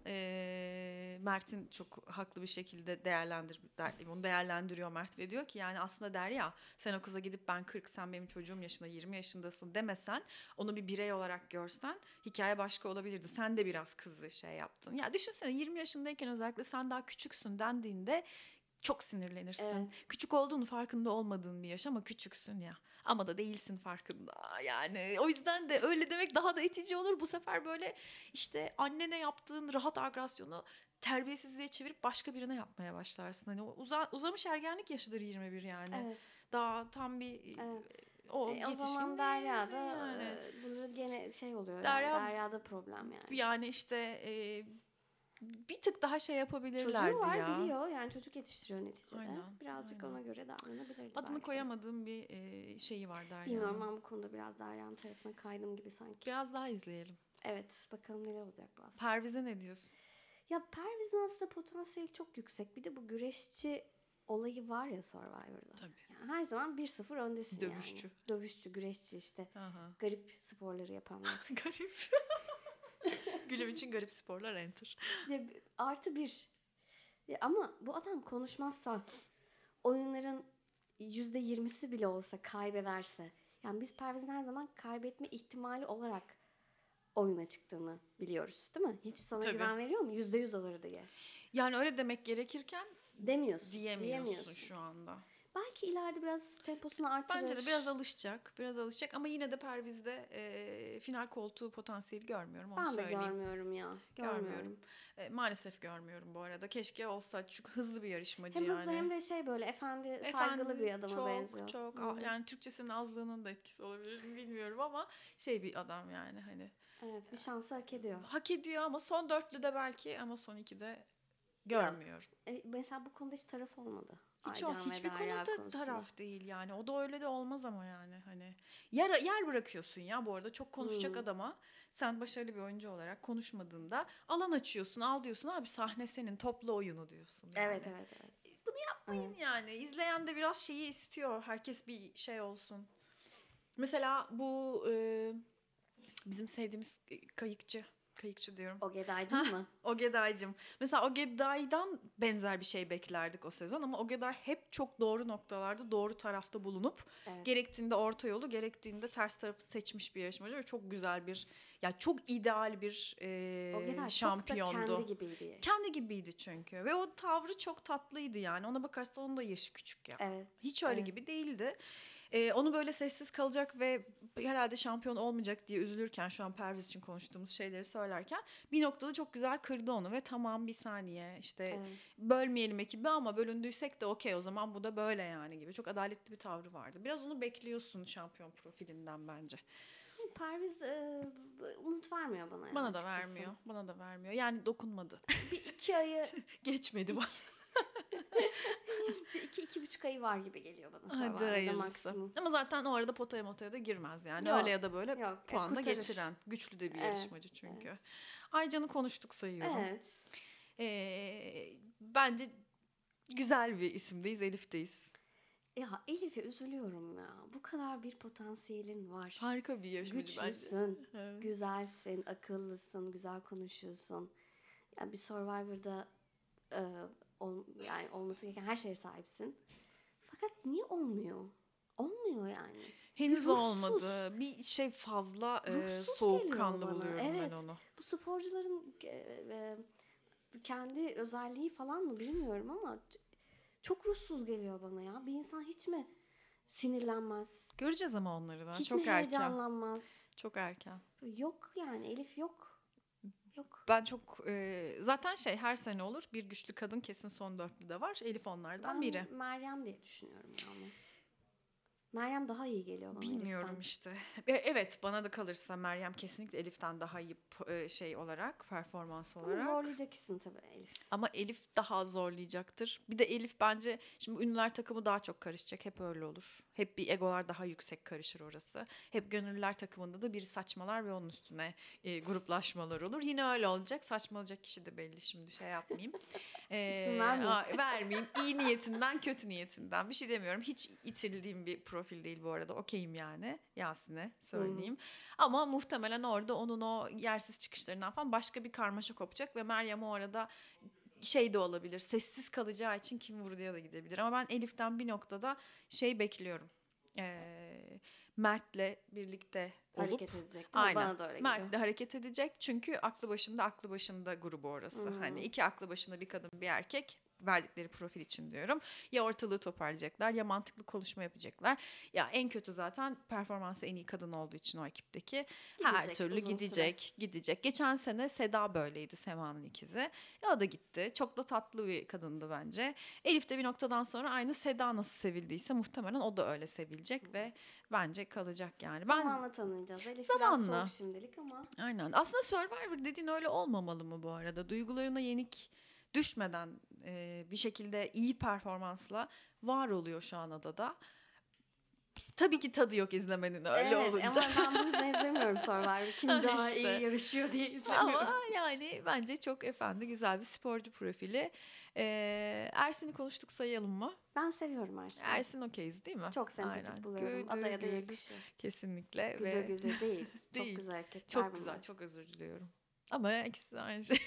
[SPEAKER 1] Mert'in çok haklı bir şekilde bunu değerlendiriyor Mert ve diyor ki yani aslında Derya, sen o kıza gidip ben 40, sen benim çocuğum yaşında 20 yaşındasın demesen, onu bir birey olarak görsen hikaye başka olabilirdi. Sen de biraz kızı şey yaptın. Ya düşünsene, 20 yaşındayken özellikle sen daha küçüksün dendiğinde çok sinirlenirsin.
[SPEAKER 2] Evet.
[SPEAKER 1] Küçük olduğunu farkında olmadığın bir yaş ama küçüksün ya. Ama da değilsin farkında. Yani o yüzden de öyle demek daha da itici olur. Bu sefer böyle işte annene yaptığın rahat agresyonu terbiyesizliğe çevirip başka birine yapmaya başlarsın. Hani uzamış ergenlik yaşıdır 21 yani.
[SPEAKER 2] Evet.
[SPEAKER 1] Daha tam bir
[SPEAKER 2] Evet.
[SPEAKER 1] o
[SPEAKER 2] O
[SPEAKER 1] yetişkin
[SPEAKER 2] zaman Derya da
[SPEAKER 1] değilsin yani.
[SPEAKER 2] bunu gene şey oluyor
[SPEAKER 1] Derya-
[SPEAKER 2] yani. Derya'da problem yani.
[SPEAKER 1] Yani işte bir tık daha şey yapabilirlerdi
[SPEAKER 2] Çocuğu var,
[SPEAKER 1] ya.
[SPEAKER 2] biliyor yani, çocuk yetiştiriyor neticede.
[SPEAKER 1] Aynen,
[SPEAKER 2] Birazcık
[SPEAKER 1] aynen.
[SPEAKER 2] ona göre davranabilirdi
[SPEAKER 1] Adını
[SPEAKER 2] belki de.
[SPEAKER 1] koyamadığım bir şeyi var Derya'nın.
[SPEAKER 2] Bilmiyorum, ben bu konuda biraz Derya'nın tarafına kaydım gibi sanki.
[SPEAKER 1] Biraz daha izleyelim.
[SPEAKER 2] Evet, bakalım neler olacak bu hafta.
[SPEAKER 1] Perviz'e ne diyorsun?
[SPEAKER 2] Ya Perviz'in aslında potansiyeli çok yüksek. Bir de bu güreşçi olayı var ya Survivor'da.
[SPEAKER 1] Tabii.
[SPEAKER 2] Yani her zaman 1-0 öndesin
[SPEAKER 1] Dövüşçü.
[SPEAKER 2] yani. Dövüşçü, güreşçi işte.
[SPEAKER 1] Aha.
[SPEAKER 2] Garip sporları yapanlar.
[SPEAKER 1] Garip. Gülüm için garip sporlar enter.
[SPEAKER 2] Ya, +1. Ya ama bu adam konuşmazsa, oyunların %20'si bile olsa kaybederse. Yani biz Perviz'in her zaman kaybetme ihtimali olarak oyuna çıktığını biliyoruz değil mi? Hiç sana
[SPEAKER 1] Tabii.
[SPEAKER 2] güven veriyor mu? %100 alır diye.
[SPEAKER 1] Yani öyle demek gerekirken
[SPEAKER 2] Diyemiyorsun.
[SPEAKER 1] diyemiyorsun şu anda.
[SPEAKER 2] Belki ileride biraz temposunu artırır.
[SPEAKER 1] Bence de biraz alışacak. Biraz alışacak ama yine de Perviz'de final koltuğu potansiyeli görmüyorum. Onu
[SPEAKER 2] Ben de
[SPEAKER 1] söyleyeyim.
[SPEAKER 2] görmüyorum ya. Görmüyorum.
[SPEAKER 1] Maalesef görmüyorum bu arada. Keşke olsa, çünkü hızlı bir yarışmacı
[SPEAKER 2] Hem
[SPEAKER 1] yani.
[SPEAKER 2] hızlı hem de şey böyle saygılı bir adama
[SPEAKER 1] çok,
[SPEAKER 2] benziyor.
[SPEAKER 1] Çok yani Türkçesinin azlığının da etkisi olabilir mi bilmiyorum ama şey bir adam yani, hani.
[SPEAKER 2] Evet, bir şansı hak ediyor.
[SPEAKER 1] Hak ediyor ama son 4'lüde belki, ama son 2'de görmüyorum.
[SPEAKER 2] Mesela bu konuda hiç taraf olmadı.
[SPEAKER 1] Hiçbir konuda taraf değil yani. O da öyle de olmaz ama yani hani yer bırakıyorsun ya, bu arada çok konuşacak adama. Sen başarılı bir oyuncu olarak konuşmadığında alan açıyorsun, al diyorsun abi, sahne senin, topla oyunu diyorsun yani.
[SPEAKER 2] Evet.
[SPEAKER 1] Bunu yapmayın yani. İzleyen de biraz şeyi istiyor. Herkes bir şey olsun. Mesela bu bizim sevdiğimiz kayıkçı Kayıkçı diyorum.
[SPEAKER 2] Ogedaycı mı?
[SPEAKER 1] Ogeday'cım. Mesela Ogeday'dan benzer bir şey beklerdik o sezon ama Ogeday hep çok doğru noktalarda, doğru tarafta bulunup
[SPEAKER 2] Evet.
[SPEAKER 1] gerektiğinde orta yolu, gerektiğinde ters tarafı seçmiş bir yarışmacı ve çok güzel bir, ya çok ideal bir
[SPEAKER 2] Ogeday çok da
[SPEAKER 1] şampiyondu.
[SPEAKER 2] kendi gibiydi.
[SPEAKER 1] Kendi gibiydi çünkü ve o tavrı çok tatlıydı yani. Ona bakarsan onun da yaşı küçük ya.
[SPEAKER 2] Evet.
[SPEAKER 1] Hiç öyle
[SPEAKER 2] Evet.
[SPEAKER 1] gibi değildi. Onu böyle sessiz kalacak ve herhalde şampiyon olmayacak diye üzülürken, şu an Perviz için konuştuğumuz şeyleri söylerken bir noktada çok güzel kırdı onu ve tamam bir saniye işte
[SPEAKER 2] Evet.
[SPEAKER 1] bölmeyelim ekibi ama bölündüysek de okey, o zaman bu da böyle yani gibi. Çok adaletli bir tavrı vardı. Biraz onu bekliyorsun şampiyon profilinden bence.
[SPEAKER 2] Perviz umut vermiyor bana yani
[SPEAKER 1] Bana da
[SPEAKER 2] açıkçası.
[SPEAKER 1] vermiyor. Bana da vermiyor. Yani dokunmadı.
[SPEAKER 2] Bir 2 ayı,
[SPEAKER 1] Geçmedi bana.
[SPEAKER 2] bir 2-2,5 ayı var gibi geliyor bana
[SPEAKER 1] Hadi
[SPEAKER 2] Survivor'da
[SPEAKER 1] hayırlısı.
[SPEAKER 2] maksimum.
[SPEAKER 1] Ama zaten o arada potaya motaya da girmez yani.
[SPEAKER 2] Yok,
[SPEAKER 1] Öyle ya da böyle
[SPEAKER 2] yok.
[SPEAKER 1] puan da
[SPEAKER 2] Kurtarır.
[SPEAKER 1] getiren. Güçlü de bir
[SPEAKER 2] Evet,
[SPEAKER 1] yarışmacı çünkü. Aycan'ı konuştuk sayıyorum.
[SPEAKER 2] Evet.
[SPEAKER 1] Bence güzel bir isimdeyiz. Elif'teyiz.
[SPEAKER 2] Ya Elif'e üzülüyorum ya. Bu kadar bir potansiyelin var.
[SPEAKER 1] Harika bir yarışmacı bence.
[SPEAKER 2] Güçlüsün,
[SPEAKER 1] Evet.
[SPEAKER 2] güzelsin, akıllısın, güzel konuşuyorsun. Yani bir Survivor'da yani olması gereken her şeye sahipsin. Fakat niye olmuyor? Olmuyor yani.
[SPEAKER 1] Henüz
[SPEAKER 2] ruhsuz.
[SPEAKER 1] olmadı. Bir şey fazla
[SPEAKER 2] Ruhsuz
[SPEAKER 1] soğukkanlı
[SPEAKER 2] geliyor bana.
[SPEAKER 1] buluyorum
[SPEAKER 2] Evet.
[SPEAKER 1] ben onu.
[SPEAKER 2] Bu sporcuların kendi özelliği falan mı bilmiyorum ama çok ruhsuz geliyor bana ya. Bir insan hiç mi sinirlenmez?
[SPEAKER 1] Göreceğiz ama onları da.
[SPEAKER 2] Hiç
[SPEAKER 1] Çok
[SPEAKER 2] mi
[SPEAKER 1] erken.
[SPEAKER 2] heyecanlanmaz?
[SPEAKER 1] Çok erken.
[SPEAKER 2] Yok yani Elif yok. Yok.
[SPEAKER 1] Ben çok zaten her sene olur. Bir güçlü kadın kesin son dörtlüde var. Elif onlardan biri.
[SPEAKER 2] Ben Meryem diye düşünüyorum ya ama. Meryem daha iyi geliyor bana
[SPEAKER 1] Bilmiyorum
[SPEAKER 2] Elif'ten.
[SPEAKER 1] işte. Evet, bana da kalırsa Meryem kesinlikle Elif'ten daha iyi olarak, performans
[SPEAKER 2] Ama
[SPEAKER 1] olarak.
[SPEAKER 2] zorlayacak isim tabii Elif.
[SPEAKER 1] Ama Elif daha zorlayacaktır. Bir de Elif bence şimdi ünlüler takımı daha çok karışacak. Hep öyle olur. Hep bir egolar daha yüksek karışır orası. Hep gönüllüler takımında da biri saçmalar ve onun üstüne gruplaşmalar olur. Yine öyle olacak. Saçmalayacak kişi de belli, şimdi yapmayayım.
[SPEAKER 2] İsim vermeyeyim.
[SPEAKER 1] Vermeyeyim. İyi niyetinden, kötü niyetinden. Bir şey demiyorum. Hiç itirildiğim bir profil değil bu arada. Okeyim yani. Yasin'e söyleyeyim. Ama muhtemelen orada onun o yersiz çıkışlarından falan başka bir karmaşa kopacak ve Meryem o arada de olabilir. Sessiz kalacağı için kim vurduya da gidebilir. Ama ben Elif'ten bir noktada bekliyorum. Mert'le birlikte olup
[SPEAKER 2] Hareket edecek değil mi?
[SPEAKER 1] aynen.
[SPEAKER 2] Bana da öyle geliyor.
[SPEAKER 1] Mert de hareket edecek. Çünkü aklı başında grubu orası. Hani iki aklı başında bir kadın bir erkek verdikleri profil için diyorum. Ya ortalığı toparlayacaklar ya mantıklı konuşma yapacaklar. Ya en kötü zaten performansı en iyi kadın olduğu için o ekipteki her
[SPEAKER 2] Gidecek,
[SPEAKER 1] türlü
[SPEAKER 2] uzun
[SPEAKER 1] gidecek. Geçen sene Seda böyleydi, Sema'nın ikizi. O da gitti. Çok da tatlı bir kadındı bence. Elif de bir noktadan sonra aynı Seda nasıl sevildiyse muhtemelen o da öyle sevilecek ve bence kalacak yani.
[SPEAKER 2] Zamanla tanıyacağız. Elif biraz
[SPEAKER 1] Zamanla.
[SPEAKER 2] soğuk şimdilik ama.
[SPEAKER 1] Aynen. Aslında Survivor dediğin öyle olmamalı mı bu arada? Duygularına yenik düşmeden bir şekilde iyi performansla var oluyor şu an adada. Tabii ki tadı yok izlemenin öyle olunca.
[SPEAKER 2] Evet ama ben bunu izlemiyorum Survivor. Kim daha
[SPEAKER 1] İşte.
[SPEAKER 2] iyi yarışıyor diye izlemiyorum.
[SPEAKER 1] Ama yani bence çok güzel bir sporcu profili. Ersin'i konuştuk, sayalım mı?
[SPEAKER 2] Ben seviyorum Ersin'i.
[SPEAKER 1] Ersin okeyiz değil mi?
[SPEAKER 2] Çok sempatik
[SPEAKER 1] Aynen.
[SPEAKER 2] buluyorum.
[SPEAKER 1] Güldür,
[SPEAKER 2] Adaya da
[SPEAKER 1] güldür.
[SPEAKER 2] yakışıyor.
[SPEAKER 1] Kesinlikle.
[SPEAKER 2] Güldür
[SPEAKER 1] ve
[SPEAKER 2] güldür değil. Çok
[SPEAKER 1] Değil.
[SPEAKER 2] güzel hareketler
[SPEAKER 1] Çok
[SPEAKER 2] bunlar.
[SPEAKER 1] güzel, çok özür diliyorum. Ama ikisi de aynı şey.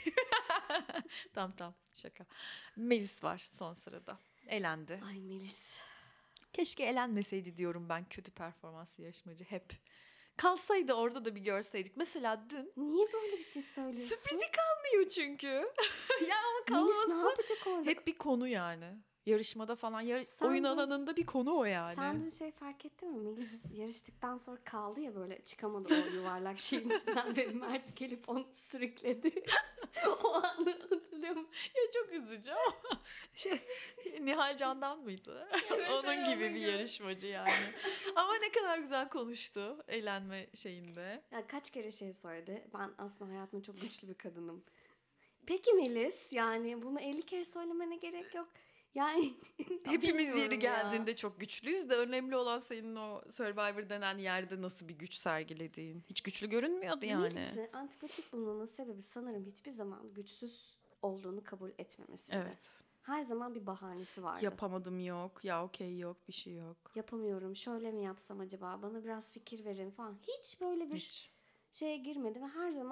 [SPEAKER 1] Tamam şaka. Melis var son sırada. Elendi.
[SPEAKER 2] Ay Melis.
[SPEAKER 1] Keşke elenmeseydi diyorum ben, kötü performanslı yarışmacı hep. Kalsaydı orada da bir görseydik. Mesela dün
[SPEAKER 2] Niye böyle bir şey söylüyorsun?
[SPEAKER 1] sürprizi kalmıyor çünkü. Ya onun
[SPEAKER 2] Melis ne
[SPEAKER 1] kalması
[SPEAKER 2] yapacak orada?
[SPEAKER 1] hep bir konu yani. Yarışmada falan
[SPEAKER 2] Sen
[SPEAKER 1] oyun
[SPEAKER 2] dün-
[SPEAKER 1] alanında bir konu o yani.
[SPEAKER 2] Sen dün fark ettin mi? Melis yarıştıktan sonra kaldı ya, böyle çıkamadı o yuvarlak şeyin içinden ve Mert gelip onu sürükledi. O anı hatırlıyor musun?
[SPEAKER 1] Ya çok üzücü ama Nihal Can'dan mıydı? Onun gibi bir yarışmacı yani. Ama ne kadar güzel konuştu eğlenme şeyinde.
[SPEAKER 2] Ya kaç kere söyledi. Ben aslında hayatımda çok güçlü bir kadınım. Peki Melis, yani bunu 50 kere söylemene gerek yok. Yani
[SPEAKER 1] Hepimiz
[SPEAKER 2] bilmiyorum
[SPEAKER 1] yeri
[SPEAKER 2] ya.
[SPEAKER 1] geldiğinde çok güçlüyüz de önemli olan senin o Survivor denen yerde nasıl bir güç sergilediğin. Hiç güçlü görünmüyordu yani.
[SPEAKER 2] Melis'i antipatik bulmanın sebebi sanırım hiçbir zaman güçsüz olduğunu kabul etmemesiydi.
[SPEAKER 1] Evet.
[SPEAKER 2] Her zaman bir bahanesi vardı.
[SPEAKER 1] Yapamadım yok, ya okey yok, bir şey yok.
[SPEAKER 2] Yapamıyorum, şöyle mi yapsam acaba, bana biraz fikir verin falan. Hiç böyle bir
[SPEAKER 1] Hiç.
[SPEAKER 2] şeye girmedi ve her zaman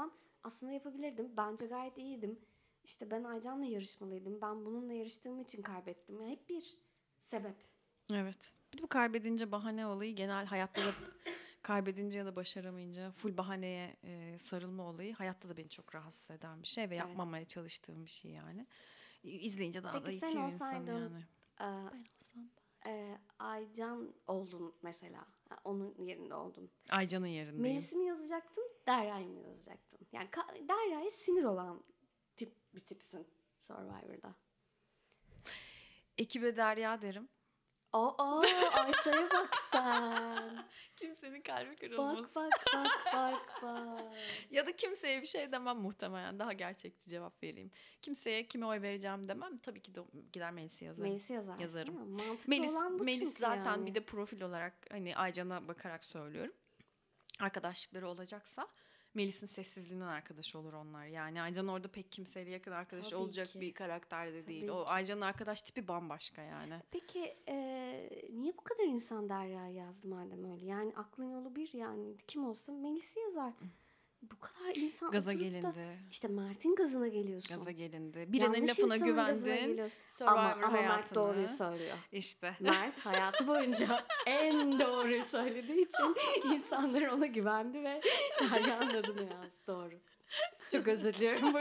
[SPEAKER 2] aslında yapabilirdim. Bence gayet iyiydim. İşte ben Aycan'la yarışmalıydım. Ben bununla yarıştığım için kaybettim. Yani hep bir sebep.
[SPEAKER 1] Evet. Bir de bu kaybedince bahane olayı genel hayatta da kaybedince ya da başaramayınca full bahaneye sarılma olayı hayatta da beni çok rahatsız eden bir şey ve
[SPEAKER 2] Evet.
[SPEAKER 1] yapmamaya çalıştığım bir şey yani. İzleyince daha da
[SPEAKER 2] Peki sen
[SPEAKER 1] itiyor insanı
[SPEAKER 2] olsaydın
[SPEAKER 1] yani.
[SPEAKER 2] e,
[SPEAKER 1] Ben olsam.
[SPEAKER 2] Aycan oldun mesela. Ha, onun yerinde oldun.
[SPEAKER 1] Aycan'ın yerindeyim.
[SPEAKER 2] Melis'i mi yazacaktın, Derya'yı mı yazacaktın? Yani Derya'ya sinir olan bir tipsin Survivor'da.
[SPEAKER 1] Ekibe Derya derim.
[SPEAKER 2] Aa, Ayça'ya bak sen.
[SPEAKER 1] Kimsenin kalbi kırılmaz.
[SPEAKER 2] Bak.
[SPEAKER 1] Ya da kimseye bir şey demem muhtemelen. Daha gerçekçi cevap vereyim. Kimseye kime oy vereceğim demem. Tabii ki de gider Melis'i yazarım.
[SPEAKER 2] Melis'i yazarsın
[SPEAKER 1] Yazarım.
[SPEAKER 2] değil mi? Mantıklı olan bu
[SPEAKER 1] Melis
[SPEAKER 2] çünkü
[SPEAKER 1] zaten
[SPEAKER 2] yani.
[SPEAKER 1] bir de profil olarak hani Aycan'a bakarak söylüyorum. Arkadaşlıkları olacaksa Melis'in sessizliğinden arkadaş olur onlar. Yani Aycan orada pek kimseyle yakın arkadaş
[SPEAKER 2] Tabii
[SPEAKER 1] olacak
[SPEAKER 2] ki.
[SPEAKER 1] bir karakter de değil.
[SPEAKER 2] Tabii
[SPEAKER 1] O
[SPEAKER 2] ki.
[SPEAKER 1] Aycan'ın arkadaş tipi bambaşka yani.
[SPEAKER 2] Peki niye bu kadar insan Derya'yı yazdı madem öyle? Yani aklın yolu bir yani. Kim olsa Melis'i yazar. Bu kadar insan
[SPEAKER 1] Gaza
[SPEAKER 2] oturup da
[SPEAKER 1] gelindi.
[SPEAKER 2] işte Mert'in gazına geliyorsun.
[SPEAKER 1] Gaza gelindi. Birinin
[SPEAKER 2] Yanlış
[SPEAKER 1] lafına
[SPEAKER 2] insanın gazına
[SPEAKER 1] güvendin.
[SPEAKER 2] geliyorsun.
[SPEAKER 1] Survivor
[SPEAKER 2] Ama Mert
[SPEAKER 1] hayatını.
[SPEAKER 2] doğruyu söylüyor.
[SPEAKER 1] İşte.
[SPEAKER 2] Mert hayatı boyunca en doğruyu söylediği için insanlar ona güvendi ve Derya'nın adını yazdı. Doğru. Çok özür diliyorum.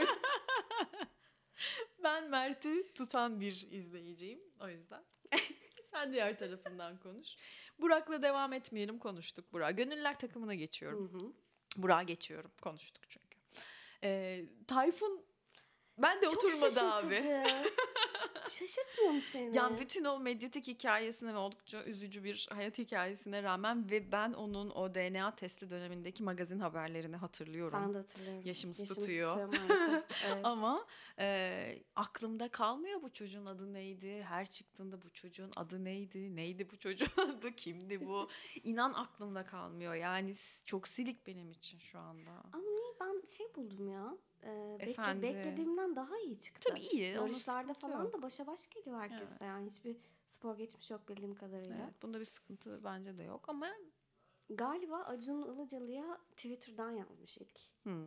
[SPEAKER 1] Ben Mert'i tutan bir izleyiciyim. O yüzden. Sen diğer tarafından konuş. Burak'la devam etmeyelim, konuştuk Burak. Gönüller takımına geçiyorum. Burak'a geçiyorum. Konuştuk çünkü. Tayfun ben de
[SPEAKER 2] Çok
[SPEAKER 1] oturmadı abi.
[SPEAKER 2] şaşırtıcı. Şaşırtmıyor mu seni?
[SPEAKER 1] Yani bütün o medyatik hikayesine ve oldukça üzücü bir hayat hikayesine rağmen ve ben onun o DNA testi dönemindeki magazin haberlerini hatırlıyorum.
[SPEAKER 2] Ben de hatırlıyorum.
[SPEAKER 1] Yaşımız tutuyor.
[SPEAKER 2] Maalesef. Evet.
[SPEAKER 1] Ama aklımda kalmıyor bu çocuğun adı neydi? Her çıktığında bu çocuğun adı neydi? Neydi bu çocuğun adı? Kimdi bu? İnan aklımda kalmıyor. Yani çok silik benim için şu anda.
[SPEAKER 2] Ama niye ben buldum ya.
[SPEAKER 1] Efendi.
[SPEAKER 2] Beklediğimden daha iyi çıktı.
[SPEAKER 1] Tabii iyi.
[SPEAKER 2] Yarışlarda falan
[SPEAKER 1] yok.
[SPEAKER 2] da başa baş geliyor herkes de. Yani hiçbir spor geçmiş yok bildiğim kadarıyla.
[SPEAKER 1] Evet, bunda bir sıkıntı bence de yok ama
[SPEAKER 2] Galiba Acun Ilıcalı'ya Twitter'dan yazmış ilk.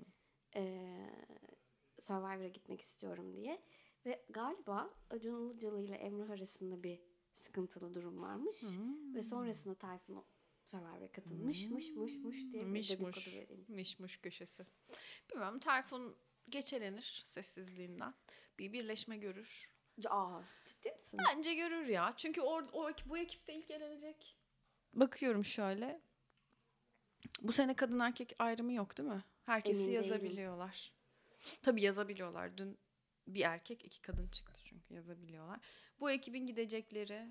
[SPEAKER 2] Survivor'a gitmek istiyorum diye. Ve galiba Acun Ilıcalı ile Emrah arasında bir sıkıntılı durum varmış. Ve sonrasında Tayfun Survivor'a katılmış. Mış diye bir dedikodu vereyim.
[SPEAKER 1] Mişmuş köşesi. Bilmiyorum, Tayfun geçelenir sessizliğinden. Bir birleşme görür.
[SPEAKER 2] Aa, ciddi misin?
[SPEAKER 1] Bence görür ya. Çünkü bu ekipte ilk elenecek. Bakıyorum şöyle. Bu sene kadın erkek ayrımı yok değil mi? Herkesi
[SPEAKER 2] Emin
[SPEAKER 1] yazabiliyorlar. Tabii yazabiliyorlar. Dün bir erkek 2 kadın çıktı çünkü yazabiliyorlar. Bu ekibin gidecekleri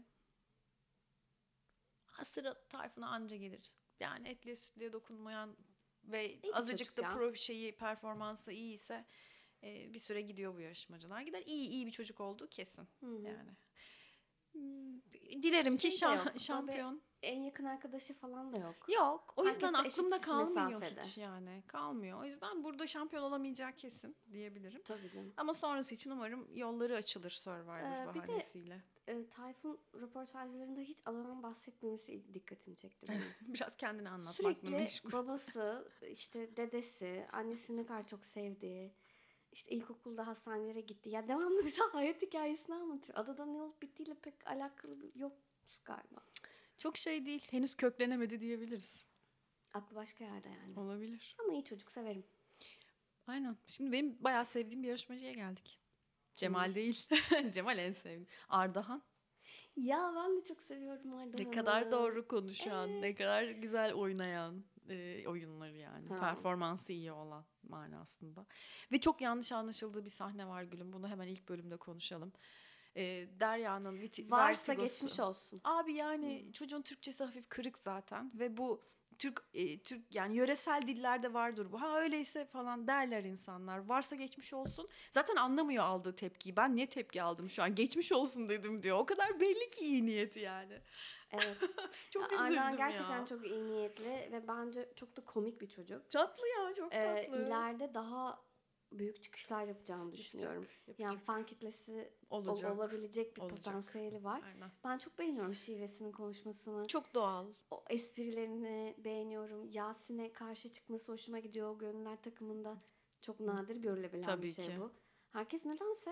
[SPEAKER 1] sıra Tayfun'a anca gelir. Yani etliye sütlüye dokunmayan ve azıcık da performansı iyi ise bir süre gidiyor bu yarışmacılar. Gider, iyi bir çocuk olduğu kesin. Yani. Dilerim ki şampiyon.
[SPEAKER 2] En yakın arkadaşı falan da yok.
[SPEAKER 1] Yok. O yüzden
[SPEAKER 2] Herkes
[SPEAKER 1] aklımda
[SPEAKER 2] eşit
[SPEAKER 1] kalmıyor
[SPEAKER 2] mesafede.
[SPEAKER 1] hiç yani. Kalmıyor. O yüzden burada şampiyon olamayacağı kesin diyebilirim.
[SPEAKER 2] Tabii canım.
[SPEAKER 1] Ama sonrası için umarım yolları açılır Survivor bahanesiyle.
[SPEAKER 2] Tayfun röportajlarında hiç Adana'dan bahsetmemesi dikkatimi çekti benim.
[SPEAKER 1] Biraz kendini anlatmakla
[SPEAKER 2] Sürekli
[SPEAKER 1] meşgul.
[SPEAKER 2] babası, işte dedesi, annesini ne kadar çok sevdiği, işte ilkokulda hastanelere gitti. Ya devamlı bize hayat hikayesini anlatıyor. Adada ne olup bittiğiyle pek alakalı yok galiba.
[SPEAKER 1] Çok şey değil. Henüz köklenemedi diyebiliriz.
[SPEAKER 2] Aklı başka yerde yani.
[SPEAKER 1] Olabilir.
[SPEAKER 2] Ama iyi çocuk, severim.
[SPEAKER 1] Aynen. Şimdi benim bayağı sevdiğim bir yarışmacıya geldik. Cemal değil. Cemal en sevdiğim. Ardahan.
[SPEAKER 2] Ya ben de çok seviyorum Ardahan'ı.
[SPEAKER 1] Ne kadar doğru konuşan, ne kadar güzel oynayan oyunları yani. Performansı iyi olan manasında. Ve çok yanlış anlaşıldığı bir sahne var Gülüm. Bunu hemen ilk bölümde konuşalım. Derya'nın
[SPEAKER 2] varsa
[SPEAKER 1] vertigosu.
[SPEAKER 2] geçmiş olsun.
[SPEAKER 1] Abi yani çocuğun Türkçesi hafif kırık zaten ve bu Türk yani yöresel dillerde vardır bu. Ha öyleyse falan derler insanlar. Varsa geçmiş olsun. Zaten anlamıyor aldığı tepkiyi. Ben niye tepki aldım şu an? Geçmiş olsun dedim diyor. O kadar belli ki iyi niyeti yani.
[SPEAKER 2] Evet.
[SPEAKER 1] Çok üzüldüm
[SPEAKER 2] Ardahan gerçekten
[SPEAKER 1] ya.
[SPEAKER 2] çok iyi niyetli ve bence çok da komik bir çocuk.
[SPEAKER 1] Tatlı ya, çok tatlı.
[SPEAKER 2] İleride daha büyük çıkışlar yapacağını düşünüyorum.
[SPEAKER 1] Yapacak.
[SPEAKER 2] Yani fan kitlesi olabilecek bir potansiyeli var.
[SPEAKER 1] Aynen.
[SPEAKER 2] Ben çok beğeniyorum şivesinin konuşmasını.
[SPEAKER 1] Çok doğal.
[SPEAKER 2] O esprilerini beğeniyorum. Yasin'e karşı çıkması hoşuma gidiyor o Gönüller takımında. Çok nadir görülebilen
[SPEAKER 1] Tabii
[SPEAKER 2] bir şey
[SPEAKER 1] ki.
[SPEAKER 2] bu. Herkes nedense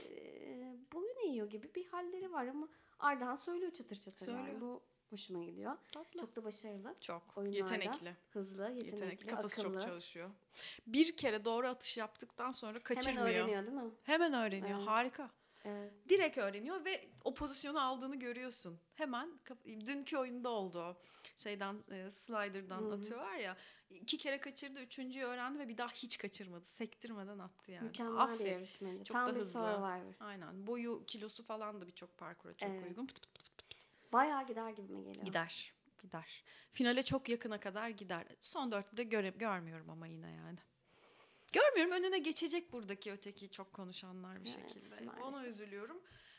[SPEAKER 2] boyun eğiyor gibi bir halleri var ama Ardahan söylüyor çatır çatır
[SPEAKER 1] Söylüyor.
[SPEAKER 2] yani. Bu hoşuma gidiyor.
[SPEAKER 1] Tatlı.
[SPEAKER 2] Çok da başarılı.
[SPEAKER 1] Çok.
[SPEAKER 2] Oyunlarda
[SPEAKER 1] Yetenekli.
[SPEAKER 2] hızlı, yetenekli,
[SPEAKER 1] Kafası
[SPEAKER 2] akıllı.
[SPEAKER 1] çok çalışıyor. Bir kere doğru atış yaptıktan sonra kaçırmıyor.
[SPEAKER 2] Hemen öğreniyor değil mi?
[SPEAKER 1] Hemen öğreniyor.
[SPEAKER 2] Evet.
[SPEAKER 1] Harika.
[SPEAKER 2] Evet.
[SPEAKER 1] Direkt öğreniyor ve o pozisyonu aldığını görüyorsun. Hemen dünkü oyunda oldu o. Slider'dan atıyorlar ya. 2 kere kaçırdı, 3.'yü öğrendi ve bir daha hiç kaçırmadı. Sektirmeden attı yani.
[SPEAKER 2] Mükemmel bir
[SPEAKER 1] Aferin.
[SPEAKER 2] yarışmacı.
[SPEAKER 1] Çok
[SPEAKER 2] Tam
[SPEAKER 1] da
[SPEAKER 2] bir
[SPEAKER 1] hızlı.
[SPEAKER 2] Survivor.
[SPEAKER 1] Aynen. Boyu, kilosu falan da birçok parkura çok
[SPEAKER 2] Evet.
[SPEAKER 1] uygun.
[SPEAKER 2] Bayağı gider gibime geliyor.
[SPEAKER 1] Gider. Finale çok yakına kadar gider. Son 4'te de görmüyorum ama yine yani. Görmüyorum, önüne geçecek buradaki öteki çok konuşanlar bir
[SPEAKER 2] Evet,
[SPEAKER 1] şekilde.
[SPEAKER 2] maalesef.
[SPEAKER 1] Ona üzülüyorum.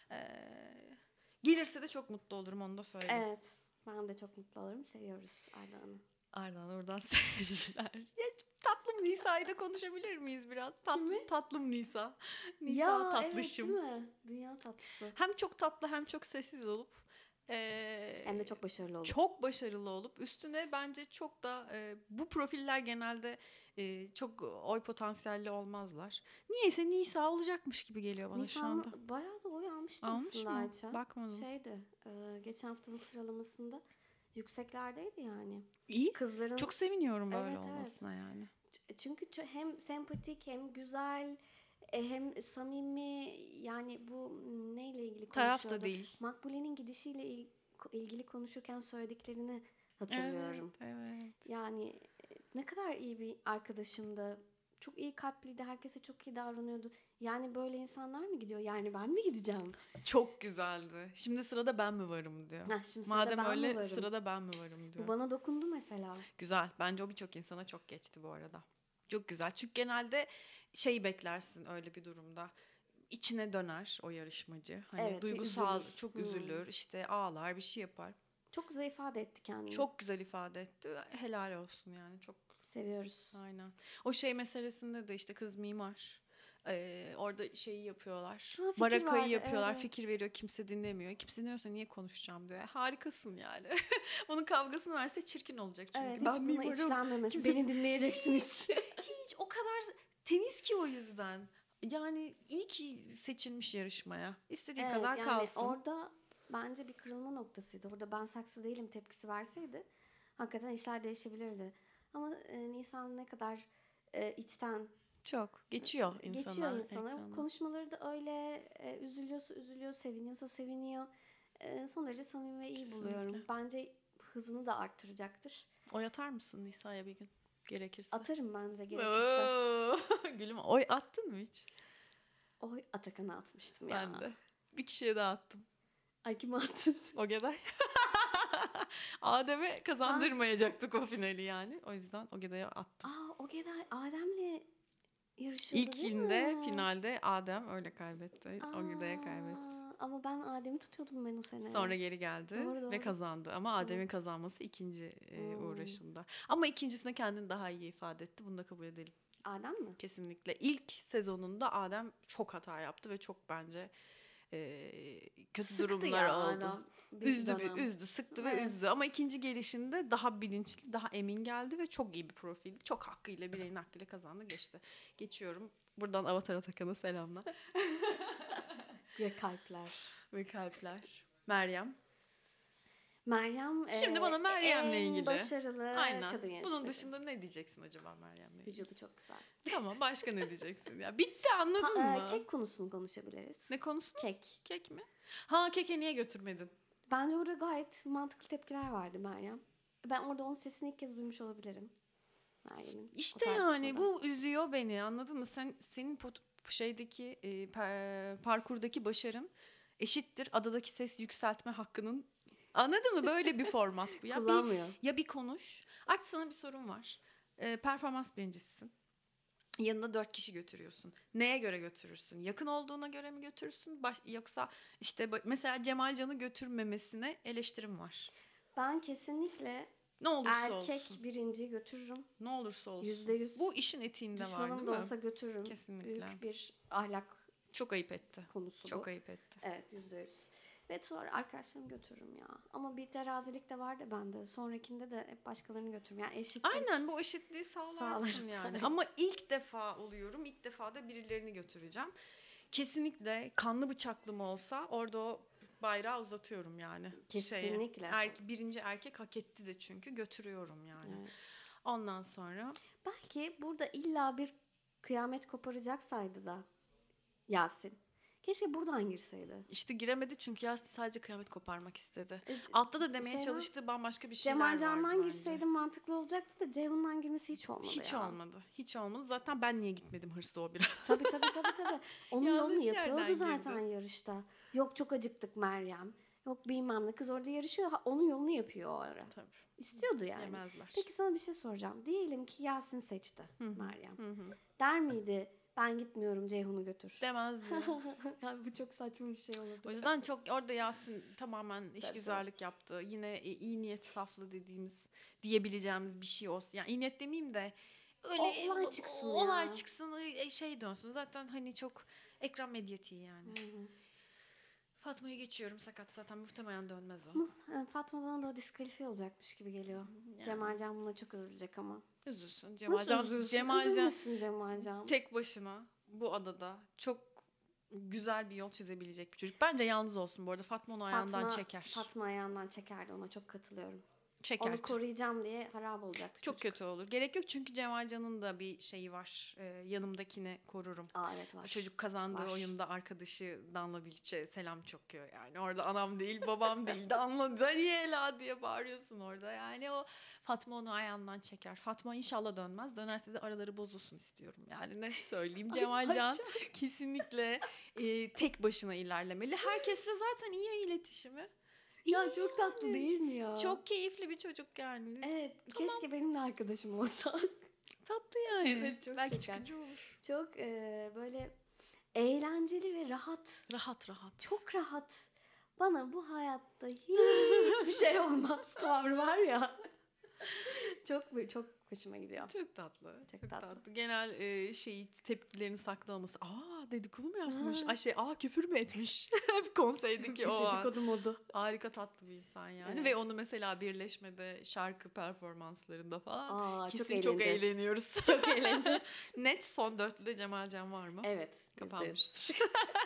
[SPEAKER 1] Gelirse de çok mutlu olurum, onu da söyleyeyim.
[SPEAKER 2] Evet. Ben de çok mutlu olurum. Seviyoruz Ardahan'ı.
[SPEAKER 1] Ardahan oradan sevgiler. Ya, tatlım Nisa'yı da konuşabilir miyiz biraz?
[SPEAKER 2] Kimi?
[SPEAKER 1] Tatlım Nisa. Nisa
[SPEAKER 2] Ya
[SPEAKER 1] tatlışım.
[SPEAKER 2] evet değil mi? Dünya tatlısı.
[SPEAKER 1] Hem çok tatlı hem çok sessiz olup
[SPEAKER 2] Hem de çok başarılı olur.
[SPEAKER 1] çok başarılı olup üstüne bence çok da bu profiller genelde çok oy potansiyelli olmazlar. Niyeyse Nisa olacakmış gibi geliyor bana şu anda.
[SPEAKER 2] Nisan'ın bayağı da oy almıştı
[SPEAKER 1] Almış
[SPEAKER 2] aslında
[SPEAKER 1] mı?
[SPEAKER 2] Ayça.
[SPEAKER 1] Bakmadım.
[SPEAKER 2] Geçen haftanın sıralamasında yükseklerdeydi yani.
[SPEAKER 1] İyi.
[SPEAKER 2] Kızların
[SPEAKER 1] Çok seviniyorum böyle
[SPEAKER 2] Evet,
[SPEAKER 1] olmasına yani.
[SPEAKER 2] çünkü hem sempatik hem güzel hem samimi yani bu neyle ilgili
[SPEAKER 1] Taraf da
[SPEAKER 2] konuşuyordu?
[SPEAKER 1] değil.
[SPEAKER 2] Makbule'nin gidişiyle ilgili konuşurken söylediklerini hatırlıyorum.
[SPEAKER 1] Evet.
[SPEAKER 2] Yani ne kadar iyi bir arkadaşımdı. Çok iyi kalpliydi. Herkese çok iyi davranıyordu. Yani böyle insanlar mı gidiyor? Yani ben mi gideceğim?
[SPEAKER 1] Çok güzeldi. Şimdi sırada ben mi varım diyor.
[SPEAKER 2] Şimdi sırada
[SPEAKER 1] Madem
[SPEAKER 2] ben mi
[SPEAKER 1] öyle
[SPEAKER 2] varım?
[SPEAKER 1] sırada ben mi varım diyor.
[SPEAKER 2] Bu bana dokundu mesela.
[SPEAKER 1] Güzel. Bence o birçok insana çok geçti bu arada. Çok güzel. Çünkü genelde beklersin öyle bir durumda. İçine döner o yarışmacı. Hani
[SPEAKER 2] Evet, bir
[SPEAKER 1] duygusal,
[SPEAKER 2] üzülür.
[SPEAKER 1] çok üzülür, işte ağlar, bir şey yapar.
[SPEAKER 2] Çok güzel ifade etti kendini.
[SPEAKER 1] Çok güzel ifade etti. Helal olsun yani. Çok
[SPEAKER 2] seviyoruz.
[SPEAKER 1] aynen. O meselesinde de işte kız mimar. Orada yapıyorlar.
[SPEAKER 2] Ha, fikir
[SPEAKER 1] Barakayı
[SPEAKER 2] vardı,
[SPEAKER 1] yapıyorlar.
[SPEAKER 2] evet.
[SPEAKER 1] Fikir veriyor. Kimse dinlemiyor. Kimse dinliyorsa niye konuşacağım diyor. Harikasın yani. Bunun kavgasını verse çirkin olacak çünkü.
[SPEAKER 2] Evet,
[SPEAKER 1] Ben
[SPEAKER 2] hiç buna
[SPEAKER 1] mimarım.
[SPEAKER 2] içlenmemesi.
[SPEAKER 1] Kimse-
[SPEAKER 2] Beni dinleyeceksiniz.
[SPEAKER 1] Hiç o kadar temiz ki o yüzden. Yani iyi ki seçilmiş yarışmaya. İstediği kadar
[SPEAKER 2] yani
[SPEAKER 1] kalsın.
[SPEAKER 2] orada bence bir kırılma noktasıydı. Orada ben saksı değilim tepkisi verseydi hakikaten işler değişebilirdi. Ama Nisan ne kadar içten
[SPEAKER 1] Çok. Geçiyor insana.
[SPEAKER 2] geçiyor insana.
[SPEAKER 1] ekrana.
[SPEAKER 2] Konuşmaları da öyle üzülüyorsa üzülüyor, seviniyorsa seviniyor. Son derece samimi ve iyi
[SPEAKER 1] Kesinlikle.
[SPEAKER 2] buluyorum. Bence hızını da arttıracaktır.
[SPEAKER 1] Oy atar mısın Nisa'ya bir gün? Gerekirse.
[SPEAKER 2] Atarım bence gerekirse.
[SPEAKER 1] Oo, Gülüm, oy attın mı hiç?
[SPEAKER 2] Oy Atakan'a atmıştım ya.
[SPEAKER 1] Ben de. Bir kişiye daha attım.
[SPEAKER 2] Ay kime attın?
[SPEAKER 1] Ogeday. Adem'e kazandırmayacaktık o finali yani. O yüzden Ogeday'a attım.
[SPEAKER 2] Ogeday Adem'le yarışıyordu değil
[SPEAKER 1] İlkinde
[SPEAKER 2] mi?
[SPEAKER 1] finalde Adem öyle kaybetti. Ogeday'a kaybetti.
[SPEAKER 2] Ama ben Adem'i tutuyordum ben o sene.
[SPEAKER 1] Sonra geri geldi
[SPEAKER 2] Doğru.
[SPEAKER 1] ve kazandı. Ama Adem'in kazanması ikinci uğraşında. Ama ikincisinde kendini daha iyi ifade etti. Bunu da kabul edelim.
[SPEAKER 2] Adem mi?
[SPEAKER 1] Kesinlikle. İlk sezonunda Adem çok hata yaptı ve çok bence kötü
[SPEAKER 2] Sıktı
[SPEAKER 1] durumlar
[SPEAKER 2] ya
[SPEAKER 1] oldu.
[SPEAKER 2] Adem. Bir dönem.
[SPEAKER 1] Üzdü, sıktı ve
[SPEAKER 2] Evet.
[SPEAKER 1] üzdü. Ama ikinci gelişinde daha bilinçli, daha emin geldi ve çok iyi bir profildi. Çok hakkıyla, bileğin hakkıyla kazandı, geçti. Geçiyorum. Buradan Avatar Atakan'a selamlar.
[SPEAKER 2] Ve kalpler.
[SPEAKER 1] Ve kalpler. Meryem. Şimdi bana Meryem'le ilgili.
[SPEAKER 2] En başarılı
[SPEAKER 1] Aynen.
[SPEAKER 2] kadın yarışmacı.
[SPEAKER 1] Bunun dışında ne diyeceksin acaba Meryem'le ilgili?
[SPEAKER 2] Vücudu çok güzel.
[SPEAKER 1] Tamam, başka ne diyeceksin ya? Bitti, anladın mı?
[SPEAKER 2] Kek konusunu konuşabiliriz.
[SPEAKER 1] Ne konusu?
[SPEAKER 2] Kek.
[SPEAKER 1] Kek mi? Ha, keke niye götürmedin?
[SPEAKER 2] Bence orada gayet mantıklı tepkiler vardı Meryem. Ben orada onun sesini ilk kez duymuş olabilirim. Meryem'in.
[SPEAKER 1] İşte yani bu üzüyor beni, anladın mı? Senin parkurdaki başarın eşittir adadaki ses yükseltme hakkının. Anladın mı? Böyle bir format bu.
[SPEAKER 2] Kullanmıyor.
[SPEAKER 1] Ya bir konuş. Artık sana bir sorun var. Performans birincisisin. Yanına 4 kişi götürüyorsun. Neye göre götürürsün? Yakın olduğuna göre mi götürürsün? Yoksa işte mesela Cemalcan'ı götürmemesine eleştirim var.
[SPEAKER 2] Ben kesinlikle
[SPEAKER 1] Ne olursa
[SPEAKER 2] erkek
[SPEAKER 1] olsun.
[SPEAKER 2] birinciyi götürürüm.
[SPEAKER 1] Ne olursa olsun.
[SPEAKER 2] %100.
[SPEAKER 1] Bu işin etiğinde var,
[SPEAKER 2] Düşmanım
[SPEAKER 1] değil
[SPEAKER 2] da
[SPEAKER 1] mi?
[SPEAKER 2] olsa götürürüm.
[SPEAKER 1] Kesinlikle.
[SPEAKER 2] Büyük bir ahlak
[SPEAKER 1] Çok ayıp etti.
[SPEAKER 2] konusu
[SPEAKER 1] Çok
[SPEAKER 2] bu.
[SPEAKER 1] ayıp etti.
[SPEAKER 2] Evet, %100. Ve sonra arkadaşlarımı götürürüm ya. Ama bir terazilik de vardı bende. Sonrakinde de hep başkalarını götürürüm. Yani eşitlik.
[SPEAKER 1] Aynen, bu eşitliği sağlarsın
[SPEAKER 2] Sağlarım.
[SPEAKER 1] yani. Ama ilk defa oluyorum. İlk defa da birilerini götüreceğim. Kesinlikle kanlı bıçaklı mı olsa orada o bayrağı uzatıyorum yani.
[SPEAKER 2] Kesinlikle.
[SPEAKER 1] Birinci erkek hak etti de çünkü götürüyorum yani.
[SPEAKER 2] Evet.
[SPEAKER 1] Ondan sonra
[SPEAKER 2] Belki burada illa bir kıyamet koparacaksaydı da Yasin. Keşke buradan girseydi.
[SPEAKER 1] işte giremedi çünkü Yasin sadece kıyamet koparmak istedi.
[SPEAKER 2] E,
[SPEAKER 1] Altta da demeye
[SPEAKER 2] Şeyden-
[SPEAKER 1] çalıştığı bambaşka bir şeyler
[SPEAKER 2] Cemal
[SPEAKER 1] vardı
[SPEAKER 2] Can'dan
[SPEAKER 1] bence.
[SPEAKER 2] girseydi mantıklı olacaktı da Ceyhun'dan girmesi hiç olmadı
[SPEAKER 1] Hiç
[SPEAKER 2] ya.
[SPEAKER 1] olmadı. Hiç olmadı. Zaten ben niye gitmedim hırsı o biraz.
[SPEAKER 2] Tabii. Onun
[SPEAKER 1] Yanlış
[SPEAKER 2] yolunu
[SPEAKER 1] yerden
[SPEAKER 2] yapıyordu zaten
[SPEAKER 1] girdi.
[SPEAKER 2] yarışta. Yok çok acıktık Meryem. Yok bilmem ne, kız orada yarışıyor. Onun yolunu yapıyor o ara.
[SPEAKER 1] Tabii.
[SPEAKER 2] İstiyordu yani.
[SPEAKER 1] Yemezler.
[SPEAKER 2] Peki sana bir şey soracağım. Diyelim ki Yasin seçti Meryem.
[SPEAKER 1] Hı hı.
[SPEAKER 2] Der miydi ben gitmiyorum Ceyhun'u götür?
[SPEAKER 1] Demezdi.
[SPEAKER 2] Yani bu çok saçma bir şey olurdu.
[SPEAKER 1] O yüzden çok orada Yasin tamamen
[SPEAKER 2] Tabii.
[SPEAKER 1] işgüzarlık yaptı. Yine iyi niyet saflı diyebileceğimiz bir şey olsun. Yani iyi niyet demeyeyim de öyle
[SPEAKER 2] Olay çıksın
[SPEAKER 1] olay
[SPEAKER 2] ya.
[SPEAKER 1] çıksın, şey dönsün. Zaten hani çok ekran medyatiği yani. Fatma'yı geçiyorum, sakat zaten, muhtemelen dönmez o.
[SPEAKER 2] Fatma'dan da diskalifiye olacakmış gibi geliyor.
[SPEAKER 1] Yani.
[SPEAKER 2] Cemalcan buna çok üzülecek ama.
[SPEAKER 1] Üzülsün.
[SPEAKER 2] Nasıl üzülsün?
[SPEAKER 1] Cemalcan
[SPEAKER 2] Üzülmesin Cemalcan.
[SPEAKER 1] tek başına bu adada çok güzel bir yol çizebilecek bir çocuk. Bence yalnız olsun bu arada. Fatma onu ayağından çeker.
[SPEAKER 2] Fatma ayağından çekerdi, ona çok katılıyorum.
[SPEAKER 1] Çeker.
[SPEAKER 2] Onu koruyacağım diye harap olacaktı
[SPEAKER 1] Çok
[SPEAKER 2] çocuk.
[SPEAKER 1] kötü olur. Gerek yok çünkü Cemalcan'ın da bir şeyi var. Yanımdakini korurum.
[SPEAKER 2] Aa evet var.
[SPEAKER 1] Çocuk kazandığı
[SPEAKER 2] Var.
[SPEAKER 1] oyunda arkadaşı Danla Biliç'e selam çakıyor yani. Orada anam değil, babam değil, Danla da niye Ela diye bağırıyorsun orada. Yani o Fatma onu ayağından çeker. Fatma inşallah dönmez. Dönerse de araları bozulsun istiyorum. Yani ne söyleyeyim. Cemalcan kesinlikle tek başına ilerlemeli. Herkesle zaten iyi iletişimi.
[SPEAKER 2] Ya çok tatlı değil mi ya?
[SPEAKER 1] Çok keyifli bir çocuk yani.
[SPEAKER 2] Evet. Keşke benim de arkadaşım olsa.
[SPEAKER 1] Tatlı yani.
[SPEAKER 2] Evet, çok
[SPEAKER 1] Belki
[SPEAKER 2] şeker.
[SPEAKER 1] çıkıcı olur.
[SPEAKER 2] Çok böyle eğlenceli ve rahat.
[SPEAKER 1] Rahat rahat.
[SPEAKER 2] Çok rahat. Bana bu hayatta hiçbir şey olmaz tavrı var ya. Çok hoşuma gidiyor.
[SPEAKER 1] Çok tatlı.
[SPEAKER 2] Çok tatlı.
[SPEAKER 1] Genel tepkilerini saklaması. Aa, dedikodu mu yapmış? Küfür mü etmiş? Konseydeki o an.
[SPEAKER 2] Dedikodu modu.
[SPEAKER 1] Harika tatlı bir insan yani.
[SPEAKER 2] Evet.
[SPEAKER 1] Ve onu mesela birleşmede şarkı performanslarında falan
[SPEAKER 2] Aa,
[SPEAKER 1] kesin çok eğleniyoruz.
[SPEAKER 2] Çok eğlenceli.
[SPEAKER 1] Net son dörtlüde Cemalcan var mı?
[SPEAKER 2] Evet.
[SPEAKER 1] Kapanmıştır.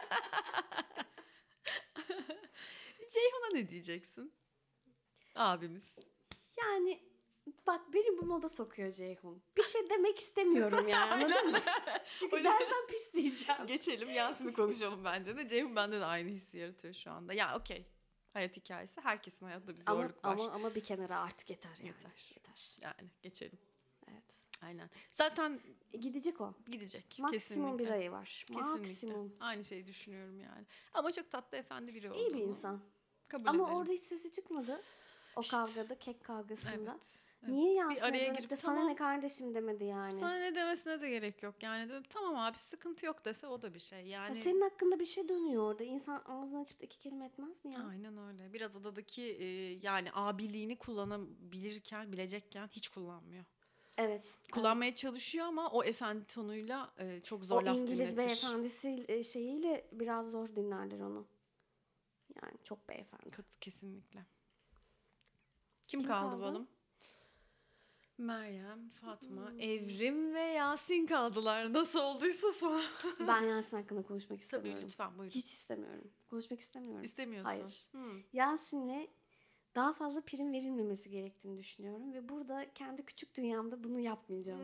[SPEAKER 1] Ceyhun'a ne diyeceksin? Abimiz.
[SPEAKER 2] Yani bak beni bu moda sokuyor Ceyhun. Bir şey demek istemiyorum yani, anladın mı? Çünkü dersen pis diyeceğim.
[SPEAKER 1] Geçelim Yasin'i konuşalım bence de. Ceyhun bende de aynı hissi yaratıyor şu anda. Ya okey. Hayat hikayesi. Herkesin hayatında bir zorluk var.
[SPEAKER 2] Ama bir kenara artık yeter yani.
[SPEAKER 1] Yeter. Yani geçelim.
[SPEAKER 2] Evet.
[SPEAKER 1] Aynen. Zaten
[SPEAKER 2] Gidecek o.
[SPEAKER 1] gidecek.
[SPEAKER 2] Maksimum
[SPEAKER 1] kesinlikle.
[SPEAKER 2] bir ayı var.
[SPEAKER 1] Kesinlikle.
[SPEAKER 2] Maksimum.
[SPEAKER 1] Aynı şeyi düşünüyorum yani. Ama çok tatlı efendi biri oldu.
[SPEAKER 2] İyi bir insan.
[SPEAKER 1] Kabul
[SPEAKER 2] Ama
[SPEAKER 1] edelim.
[SPEAKER 2] orada hiç sesi çıkmadı. O
[SPEAKER 1] İşte.
[SPEAKER 2] kavgada, kek kavgasında.
[SPEAKER 1] Evet.
[SPEAKER 2] Niye
[SPEAKER 1] Bir
[SPEAKER 2] Yasin'e
[SPEAKER 1] araya
[SPEAKER 2] dönüp
[SPEAKER 1] girip
[SPEAKER 2] de sana ne kardeşim demedi yani.
[SPEAKER 1] Sana ne demesine de gerek yok. Yani dönüp tamam abi sıkıntı yok dese o da bir şey. Yani
[SPEAKER 2] Ya senin hakkında bir şey dönüyor orada. İnsan ağzını açıp da iki kelime etmez mi ya?
[SPEAKER 1] aynen öyle. Biraz adadaki yani abiliğini bilecekken hiç kullanmıyor.
[SPEAKER 2] Evet.
[SPEAKER 1] Kullanmaya çalışıyor ama o efendi tonuyla çok zor
[SPEAKER 2] O
[SPEAKER 1] laf
[SPEAKER 2] İngiliz
[SPEAKER 1] dinletir.
[SPEAKER 2] beyefendisi şeyiyle biraz zor dinlerler onu. Yani çok beyefendi.
[SPEAKER 1] Kesinlikle. Kim
[SPEAKER 2] Kim
[SPEAKER 1] kaldı
[SPEAKER 2] kaldı?
[SPEAKER 1] balım? Meryem, Fatma, Evrim ve Yasin kaldılar. Nasıl olduysa son.
[SPEAKER 2] Ben Yasin hakkında konuşmak
[SPEAKER 1] Tabii
[SPEAKER 2] istemiyorum.
[SPEAKER 1] lütfen buyurun.
[SPEAKER 2] Hiç istemiyorum. Konuşmak istemiyorum.
[SPEAKER 1] İstemiyorsun.
[SPEAKER 2] Hayır.
[SPEAKER 1] Hmm.
[SPEAKER 2] Yasin'le daha fazla prim verilmemesi gerektiğini düşünüyorum. Ve burada kendi küçük dünyamda bunu yapmayacağım.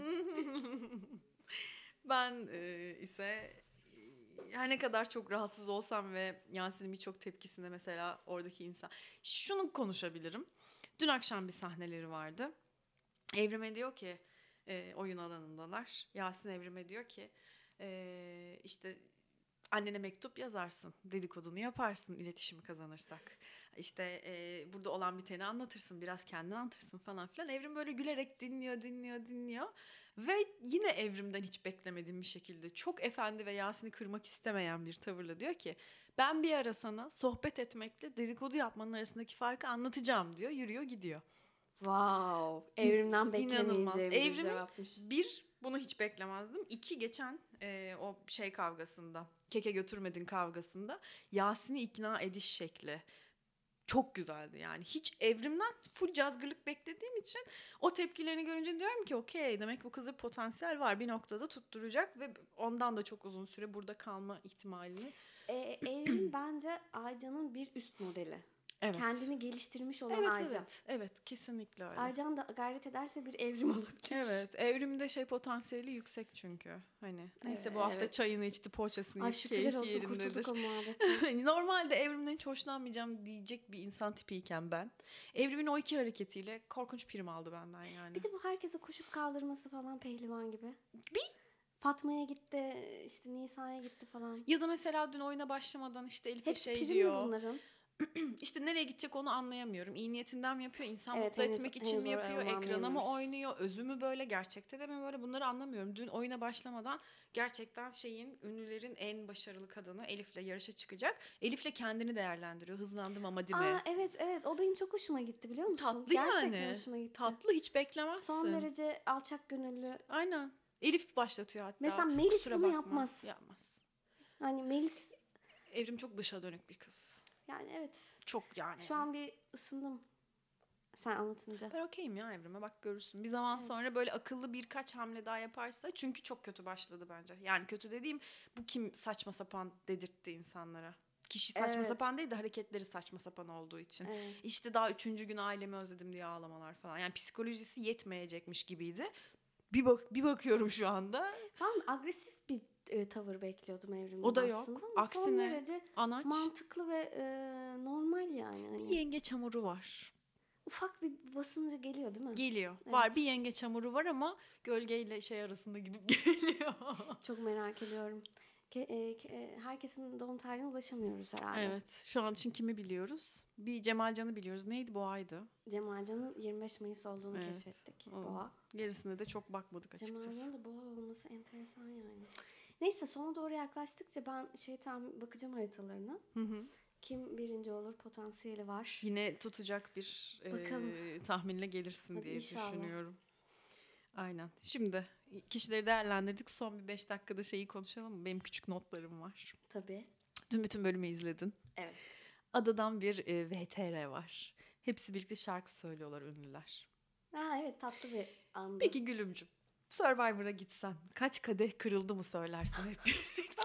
[SPEAKER 1] Ben ise her ne kadar çok rahatsız olsam ve Yasin'in birçok tepkisinde mesela oradaki insan. Şunu konuşabilirim. Dün akşam bir sahneleri vardı. Evrim'e diyor ki oyun alanındalar. Yasin Evrim'e diyor ki işte annene mektup yazarsın. Dedikodunu yaparsın iletişimi kazanırsak. İşte burada olan biteni anlatırsın. Biraz kendini anlatırsın falan filan. Evrim böyle gülerek dinliyor. Ve yine Evrim'den hiç beklemediğim bir şekilde çok efendi ve Yasin'i kırmak istemeyen bir tavırla diyor ki ben bir ara sana sohbet etmekle dedikodu yapmanın arasındaki farkı anlatacağım diyor. Yürüyor gidiyor.
[SPEAKER 2] Wow. Evrimden
[SPEAKER 1] İnanılmaz.
[SPEAKER 2] beklemeyeceğim bir
[SPEAKER 1] Evrim'in
[SPEAKER 2] cevapmış.
[SPEAKER 1] Bir, bunu hiç beklemezdim. İki, geçen o şey kavgasında, keke götürmedin kavgasında Yasin'i ikna ediş şekli çok güzeldi yani. Hiç Evrim'den full cazgırlık beklediğim için o tepkilerini görünce diyorum ki okey, demek bu kızda potansiyel var, bir noktada tutturacak ve ondan da çok uzun süre burada kalma ihtimalini.
[SPEAKER 2] Evrim bence Aycan'ın bir üst modeli.
[SPEAKER 1] Evet.
[SPEAKER 2] Kendini geliştirmiş olan Aycan.
[SPEAKER 1] Evet, kesinlikle öyle.
[SPEAKER 2] Aycan da gayret ederse bir Evrim olabilir.
[SPEAKER 1] Evet, Evrim'de potansiyeli yüksek çünkü. Hani neyse bu hafta
[SPEAKER 2] evet.
[SPEAKER 1] çayını içti, poğaçasını
[SPEAKER 2] Ay
[SPEAKER 1] yedi,
[SPEAKER 2] şükürler
[SPEAKER 1] keyfi
[SPEAKER 2] olsun,
[SPEAKER 1] yerindedir.
[SPEAKER 2] kurtulduk o muhabbetten.
[SPEAKER 1] Hani normalde Evrim'den hiç hoşlanmayacağım diyecek bir insan tipiyken ben, Evrim'in o iki hareketiyle korkunç prim aldı benden yani.
[SPEAKER 2] Bir de bu herkese koşup kaldırması falan pehlivan gibi. Fatma'ya gitti, işte Nisa'ya gitti falan.
[SPEAKER 1] Ya da mesela dün oyuna başlamadan işte Elif'e
[SPEAKER 2] Hepsi
[SPEAKER 1] şey
[SPEAKER 2] prim mi
[SPEAKER 1] diyor.
[SPEAKER 2] bunların?
[SPEAKER 1] İşte nereye gidecek onu anlayamıyorum. İyi niyetinden mi yapıyor, insan
[SPEAKER 2] Evet,
[SPEAKER 1] mutlu etmek için mi yapıyor,
[SPEAKER 2] onu
[SPEAKER 1] ekrana mı
[SPEAKER 2] anlayamıyoruz.
[SPEAKER 1] oynuyor, özü mü böyle, gerçekte de mi böyle, bunları anlamıyorum. Dün oyuna başlamadan gerçekten ünlülerin en başarılı kadını Elif'le yarışa çıkacak. Elif'le kendini değerlendiriyor. Hızlandım ama değil mi?
[SPEAKER 2] Aa, evet o benim çok hoşuma gitti, biliyor musun?
[SPEAKER 1] Tatlı
[SPEAKER 2] Gerçekten
[SPEAKER 1] yani.
[SPEAKER 2] hoşuma gitti.
[SPEAKER 1] Tatlı, hiç beklemezsin.
[SPEAKER 2] Son derece alçak gönüllü.
[SPEAKER 1] Aynen. Elif başlatıyor hatta.
[SPEAKER 2] Mesela Melis
[SPEAKER 1] Kusura
[SPEAKER 2] bunu
[SPEAKER 1] bakma.
[SPEAKER 2] yapmaz.
[SPEAKER 1] Yapmaz.
[SPEAKER 2] Hani Melis
[SPEAKER 1] Evrim çok dışa dönük bir kız.
[SPEAKER 2] yani evet.
[SPEAKER 1] Çok yani.
[SPEAKER 2] Şu an bir ısındım sen anlatınca.
[SPEAKER 1] Ben okeyim ya Evrim'e, bak görürsün. Bir zaman sonra böyle akıllı birkaç hamle daha yaparsa, çünkü çok kötü başladı bence. Yani kötü dediğim, bu kim saçma sapan dedirtti insanlara. Kişi saçma sapan değil de hareketleri saçma sapan olduğu için.
[SPEAKER 2] Evet.
[SPEAKER 1] İşte daha 3. gün ailemi özledim diye ağlamalar falan. Yani psikolojisi yetmeyecekmiş gibiydi. Bir bakıyorum şu anda.
[SPEAKER 2] Ben agresif bir tavır bekliyordum Evrim'den
[SPEAKER 1] O da yok.
[SPEAKER 2] aslında. Ama
[SPEAKER 1] Aksine
[SPEAKER 2] son derece
[SPEAKER 1] anaç.
[SPEAKER 2] mantıklı ve normal yani. Hani
[SPEAKER 1] Bir yengeç hamuru var.
[SPEAKER 2] ufak bir basınca geliyor değil mi?
[SPEAKER 1] Geliyor.
[SPEAKER 2] Evet.
[SPEAKER 1] Var, bir yengeç hamuru var ama gölgeyle şey arasında gidip geliyor.
[SPEAKER 2] Çok merak ediyorum. Herkesin doğum tarihine ulaşamıyoruz herhalde.
[SPEAKER 1] Evet. Şu an için kimi biliyoruz? Bir Cemalcan'ı biliyoruz. Neydi, Boğa'ydı?
[SPEAKER 2] Cemalcan'ın 25 Mayıs olduğunu
[SPEAKER 1] Evet.
[SPEAKER 2] keşfettik.
[SPEAKER 1] O.
[SPEAKER 2] Boğa.
[SPEAKER 1] Gerisine de çok bakmadık açıkçası.
[SPEAKER 2] Cemalcan'ın da boğa olması enteresan yani. Neyse, sona doğru yaklaştıkça ben bakacağım haritalarına.
[SPEAKER 1] Hı.
[SPEAKER 2] Kim birinci olur, potansiyeli var.
[SPEAKER 1] Yine tutacak bir
[SPEAKER 2] Bakalım.
[SPEAKER 1] tahminle gelirsin
[SPEAKER 2] Hadi
[SPEAKER 1] diye
[SPEAKER 2] inşallah.
[SPEAKER 1] düşünüyorum. Aynen. Şimdi kişileri değerlendirdik. Son bir 5 dakikada şeyi konuşalım mı? Benim küçük notlarım var.
[SPEAKER 2] Tabii.
[SPEAKER 1] Dün bütün bölümü izledin.
[SPEAKER 2] Evet.
[SPEAKER 1] Adadan bir VTR var. Hepsi birlikte şarkı söylüyorlar, ünlüler.
[SPEAKER 2] Ha, evet, tatlı bir andı.
[SPEAKER 1] Peki Gülümcüm, Survivor'a gitsen kaç kadeh kırıldı mı söylersin hep birlikte?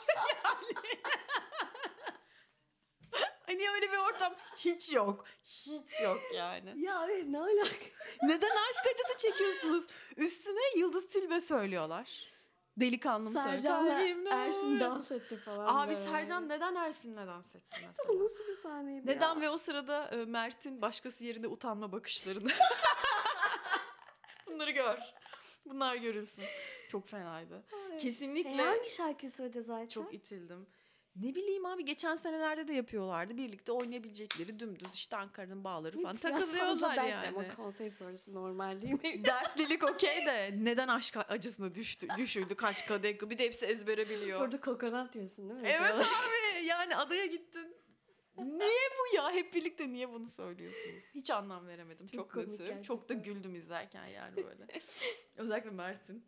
[SPEAKER 1] Hani öyle bir ortam hiç yok. Hiç yok yani.
[SPEAKER 2] Ya evet, ne alaka?
[SPEAKER 1] Neden aşk acısı çekiyorsunuz? Üstüne Yıldız Tilbe söylüyorlar. Delikanlı mı söylüyor?
[SPEAKER 2] Sercan'la
[SPEAKER 1] Kalbimde
[SPEAKER 2] Ersin
[SPEAKER 1] var.
[SPEAKER 2] dans etti falan.
[SPEAKER 1] Abi
[SPEAKER 2] böyle.
[SPEAKER 1] Sercan neden Ersin'le dans etti mesela?
[SPEAKER 2] Bu nasıl bir sahneydi
[SPEAKER 1] Neden
[SPEAKER 2] ya?
[SPEAKER 1] ve o sırada Mert'in başkası yerinde utanma bakışlarını. Bunları gör. Bunlar görülsün. Çok fenaydı. Kesinlikle.
[SPEAKER 2] Hangi şarkıyı söyleyeceğiz Ayça?
[SPEAKER 1] Çok itildim. Ne bileyim abi, geçen senelerde de yapıyorlardı. Birlikte oynayabilecekleri dümdüz işte Ankara'nın bağları falan
[SPEAKER 2] Biraz fazla
[SPEAKER 1] takılıyorlar
[SPEAKER 2] dertli
[SPEAKER 1] yani.
[SPEAKER 2] ama konser sonrası normal değil mi?
[SPEAKER 1] Dertlilik okey de neden aşk acısına düşürdü kaç kadeh, bir de hepsi ezbere biliyor.
[SPEAKER 2] Orada kokonat diyorsun değil mi?
[SPEAKER 1] Evet abi, yani adaya gittin. Niye bu ya? Hep birlikte niye bunu söylüyorsunuz? Hiç anlam veremedim. Çok
[SPEAKER 2] komik
[SPEAKER 1] kötü.
[SPEAKER 2] gerçekten.
[SPEAKER 1] Çok da güldüm izlerken yani böyle. Özellikle Mert'in.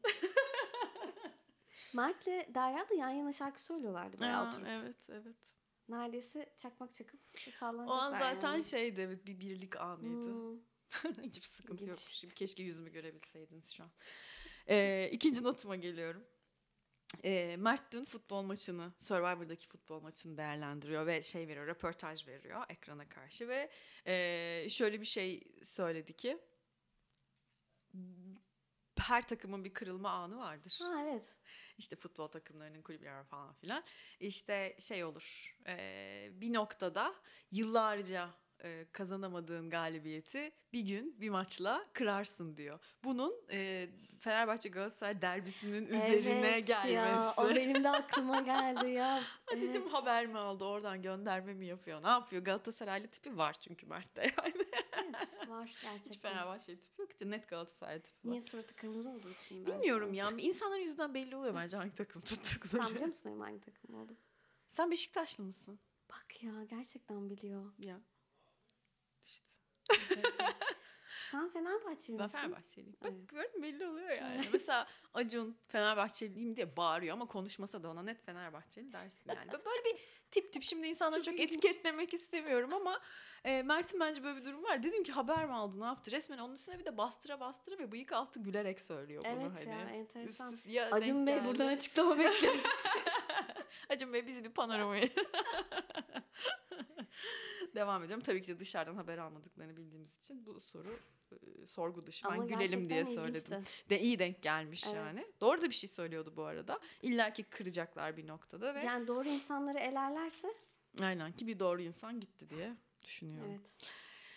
[SPEAKER 2] Mert'le Derya da yan yana şarkı söylüyorlardı bayağı oturup.
[SPEAKER 1] Evet.
[SPEAKER 2] Neredeyse çakmak çakıp
[SPEAKER 1] O
[SPEAKER 2] sallanacaklar
[SPEAKER 1] an zaten
[SPEAKER 2] yani.
[SPEAKER 1] şeydi, evet, bir birlik anıydı.
[SPEAKER 2] Hmm.
[SPEAKER 1] Hiçbir sıkıntı yok.
[SPEAKER 2] İlginç.
[SPEAKER 1] Şimdi keşke yüzümü görebilseydiniz şu an. İkinci notuma geliyorum. Mert dün futbol maçını, Survivor'daki futbol maçını değerlendiriyor ve veriyor, röportaj veriyor ekrana karşı ve şöyle bir şey söyledi ki her takımın bir kırılma anı vardır.
[SPEAKER 2] Ha evet.
[SPEAKER 1] İşte futbol takımlarının, kulüpler falan filan. İşte olur, bir noktada yıllarca kazanamadığın galibiyeti bir gün bir maçla kırarsın diyor. Bunun Fenerbahçe Galatasaray derbisinin üzerine
[SPEAKER 2] Evet
[SPEAKER 1] gelmesi.
[SPEAKER 2] ya, o benim de aklıma geldi ya.
[SPEAKER 1] Ha dedim, haber mi aldı, oradan gönderme mi yapıyor, ne yapıyor? Galatasaraylı tipi var çünkü Mert'te yani.
[SPEAKER 2] Evet, var
[SPEAKER 1] Hiç
[SPEAKER 2] gerçekten.
[SPEAKER 1] Fenerbahçe tipi yok ki, net Galatasaray tipi var.
[SPEAKER 2] Niye suratı kırmızı olduğu için mi?
[SPEAKER 1] Bilmiyorum ya, insanların yüzünden belli oluyor bence hangi takım tuttukları.
[SPEAKER 2] Sen biliyor musun benim hangi takım oldum?
[SPEAKER 1] Sen Beşiktaşlı mısın?
[SPEAKER 2] Bak ya, gerçekten biliyor.
[SPEAKER 1] Ya. İşte.
[SPEAKER 2] Sen Fenerbahçeli
[SPEAKER 1] Ben
[SPEAKER 2] misin?
[SPEAKER 1] Fenerbahçeliyim. Bak
[SPEAKER 2] Evet.
[SPEAKER 1] gördün mü, belli oluyor yani. Mesela Acun Fenerbahçeliyim diye bağırıyor ama konuşmasa da ona net Fenerbahçeli dersin yani. Böyle bir tip şimdi insanları
[SPEAKER 2] Çok
[SPEAKER 1] çok
[SPEAKER 2] ilginç.
[SPEAKER 1] etiketlemek istemiyorum ama Mert'in bence böyle bir durum var. Dedim ki haber mi aldı, ne yaptı? Resmen onun üstüne bir de bastıra ve bıyık altı gülerek söylüyor bunu.
[SPEAKER 2] Evet
[SPEAKER 1] hani.
[SPEAKER 2] ya, enteresan.
[SPEAKER 1] Ya
[SPEAKER 2] Acun
[SPEAKER 1] denk
[SPEAKER 2] Bey
[SPEAKER 1] geldi.
[SPEAKER 2] buradan açıklama bekliyoruz.
[SPEAKER 1] Acun Bey bizi bir panoramaya. Devam ediyorum. Tabii ki de dışarıdan haber almadıklarını bildiğimiz için bu soru sorgu dışı. Ben
[SPEAKER 2] Ama
[SPEAKER 1] gülelim diye
[SPEAKER 2] gerçekten
[SPEAKER 1] söyledim.
[SPEAKER 2] ilginçti.
[SPEAKER 1] De iyi denk gelmiş
[SPEAKER 2] Evet.
[SPEAKER 1] yani. Doğru da bir şey söylüyordu bu arada. İlla ki kıracaklar bir noktada ve
[SPEAKER 2] Yani doğru insanları elerlerse.
[SPEAKER 1] aynen ki bir doğru insan gitti diye düşünüyorum.
[SPEAKER 2] Evet.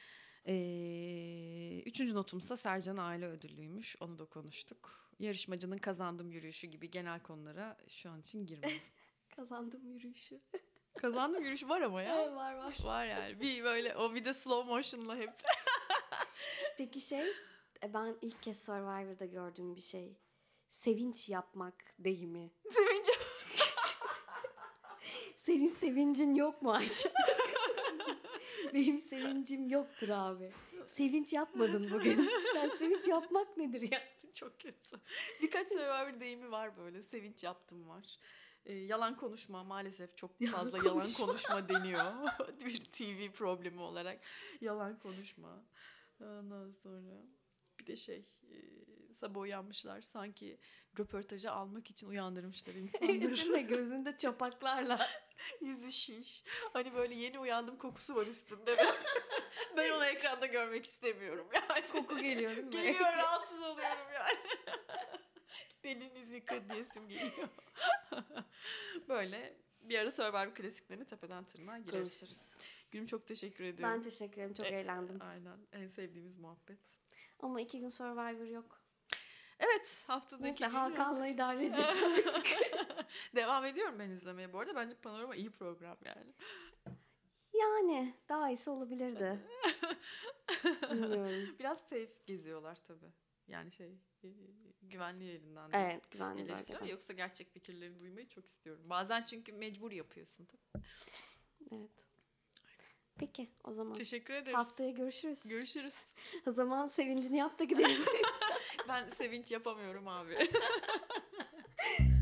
[SPEAKER 1] Üçüncü notumsa Sercan Aile Ödüllüymüş. Onu da konuştuk. Yarışmacının kazandım yürüyüşü gibi genel konulara şu an için girmiyorum.
[SPEAKER 2] Kazandım yürüyüşü.
[SPEAKER 1] Kazandım yürüyüşü var ama ya.
[SPEAKER 2] Evet, var.
[SPEAKER 1] Var yani. Bir böyle o bir de slow motion'la hep.
[SPEAKER 2] Peki ben ilk kez Survivor'da gördüğüm bir şey. Sevinç yapmak deyimi.
[SPEAKER 1] Sevince.
[SPEAKER 2] Senin sevincin yok mu Ayça? Benim sevincim yoktur abi. Sevinç yapmadın bugün. Sen sevinç yapmak nedir ya?
[SPEAKER 1] Çok kötü. Birkaç Survivor deyimi var böyle. Sevinç yaptım var. Yalan konuşma maalesef çok fazla yalan konuşma deniyor. Bir TV problemi olarak. Yalan konuşma. Ondan sonra bir de sabah uyanmışlar sanki röportajı almak için uyandırmışlar insanları.
[SPEAKER 2] Değil mi? Gözünde çapaklarla.
[SPEAKER 1] Yüzü şiş. Hani böyle yeni uyandım kokusu var üstünde. Ve ben onu ekranda görmek istemiyorum yani.
[SPEAKER 2] Koku geliyor değil mi?
[SPEAKER 1] Geliyor, rahatsız oluyorum yani. Benim yüzü yıka diyesim geliyor. Böyle bir ara Survivor klasiklerini tepeden tırnağa gireriz.
[SPEAKER 2] Konuşuruz.
[SPEAKER 1] Gülüm çok teşekkür ediyorum.
[SPEAKER 2] Ben teşekkür ederim. Çok eğlendim.
[SPEAKER 1] Aynen. En sevdiğimiz muhabbet.
[SPEAKER 2] Ama 2 gün Survivor yok.
[SPEAKER 1] Evet, haftadaki
[SPEAKER 2] Neyse
[SPEAKER 1] gün
[SPEAKER 2] Hakan'la idare edeceğiz artık.
[SPEAKER 1] devam ediyorum ben izlemeye bu arada. Bence Panorama iyi program yani.
[SPEAKER 2] Yani daha iyisi olabilirdi. Bilmiyorum.
[SPEAKER 1] Biraz safe geziyorlar tabii. Yani güvenli yerinden de
[SPEAKER 2] Evet, güvenli
[SPEAKER 1] eleştiriyor.
[SPEAKER 2] bölgeden.
[SPEAKER 1] Yoksa gerçek fikirleri duymayı çok istiyorum. Bazen çünkü mecbur yapıyorsun tabii.
[SPEAKER 2] Evet. Peki o zaman.
[SPEAKER 1] Teşekkür ederiz.
[SPEAKER 2] Haftaya görüşürüz.
[SPEAKER 1] Görüşürüz.
[SPEAKER 2] O zaman sevincini yap da gidelim.
[SPEAKER 1] Ben sevinç yapamıyorum abi.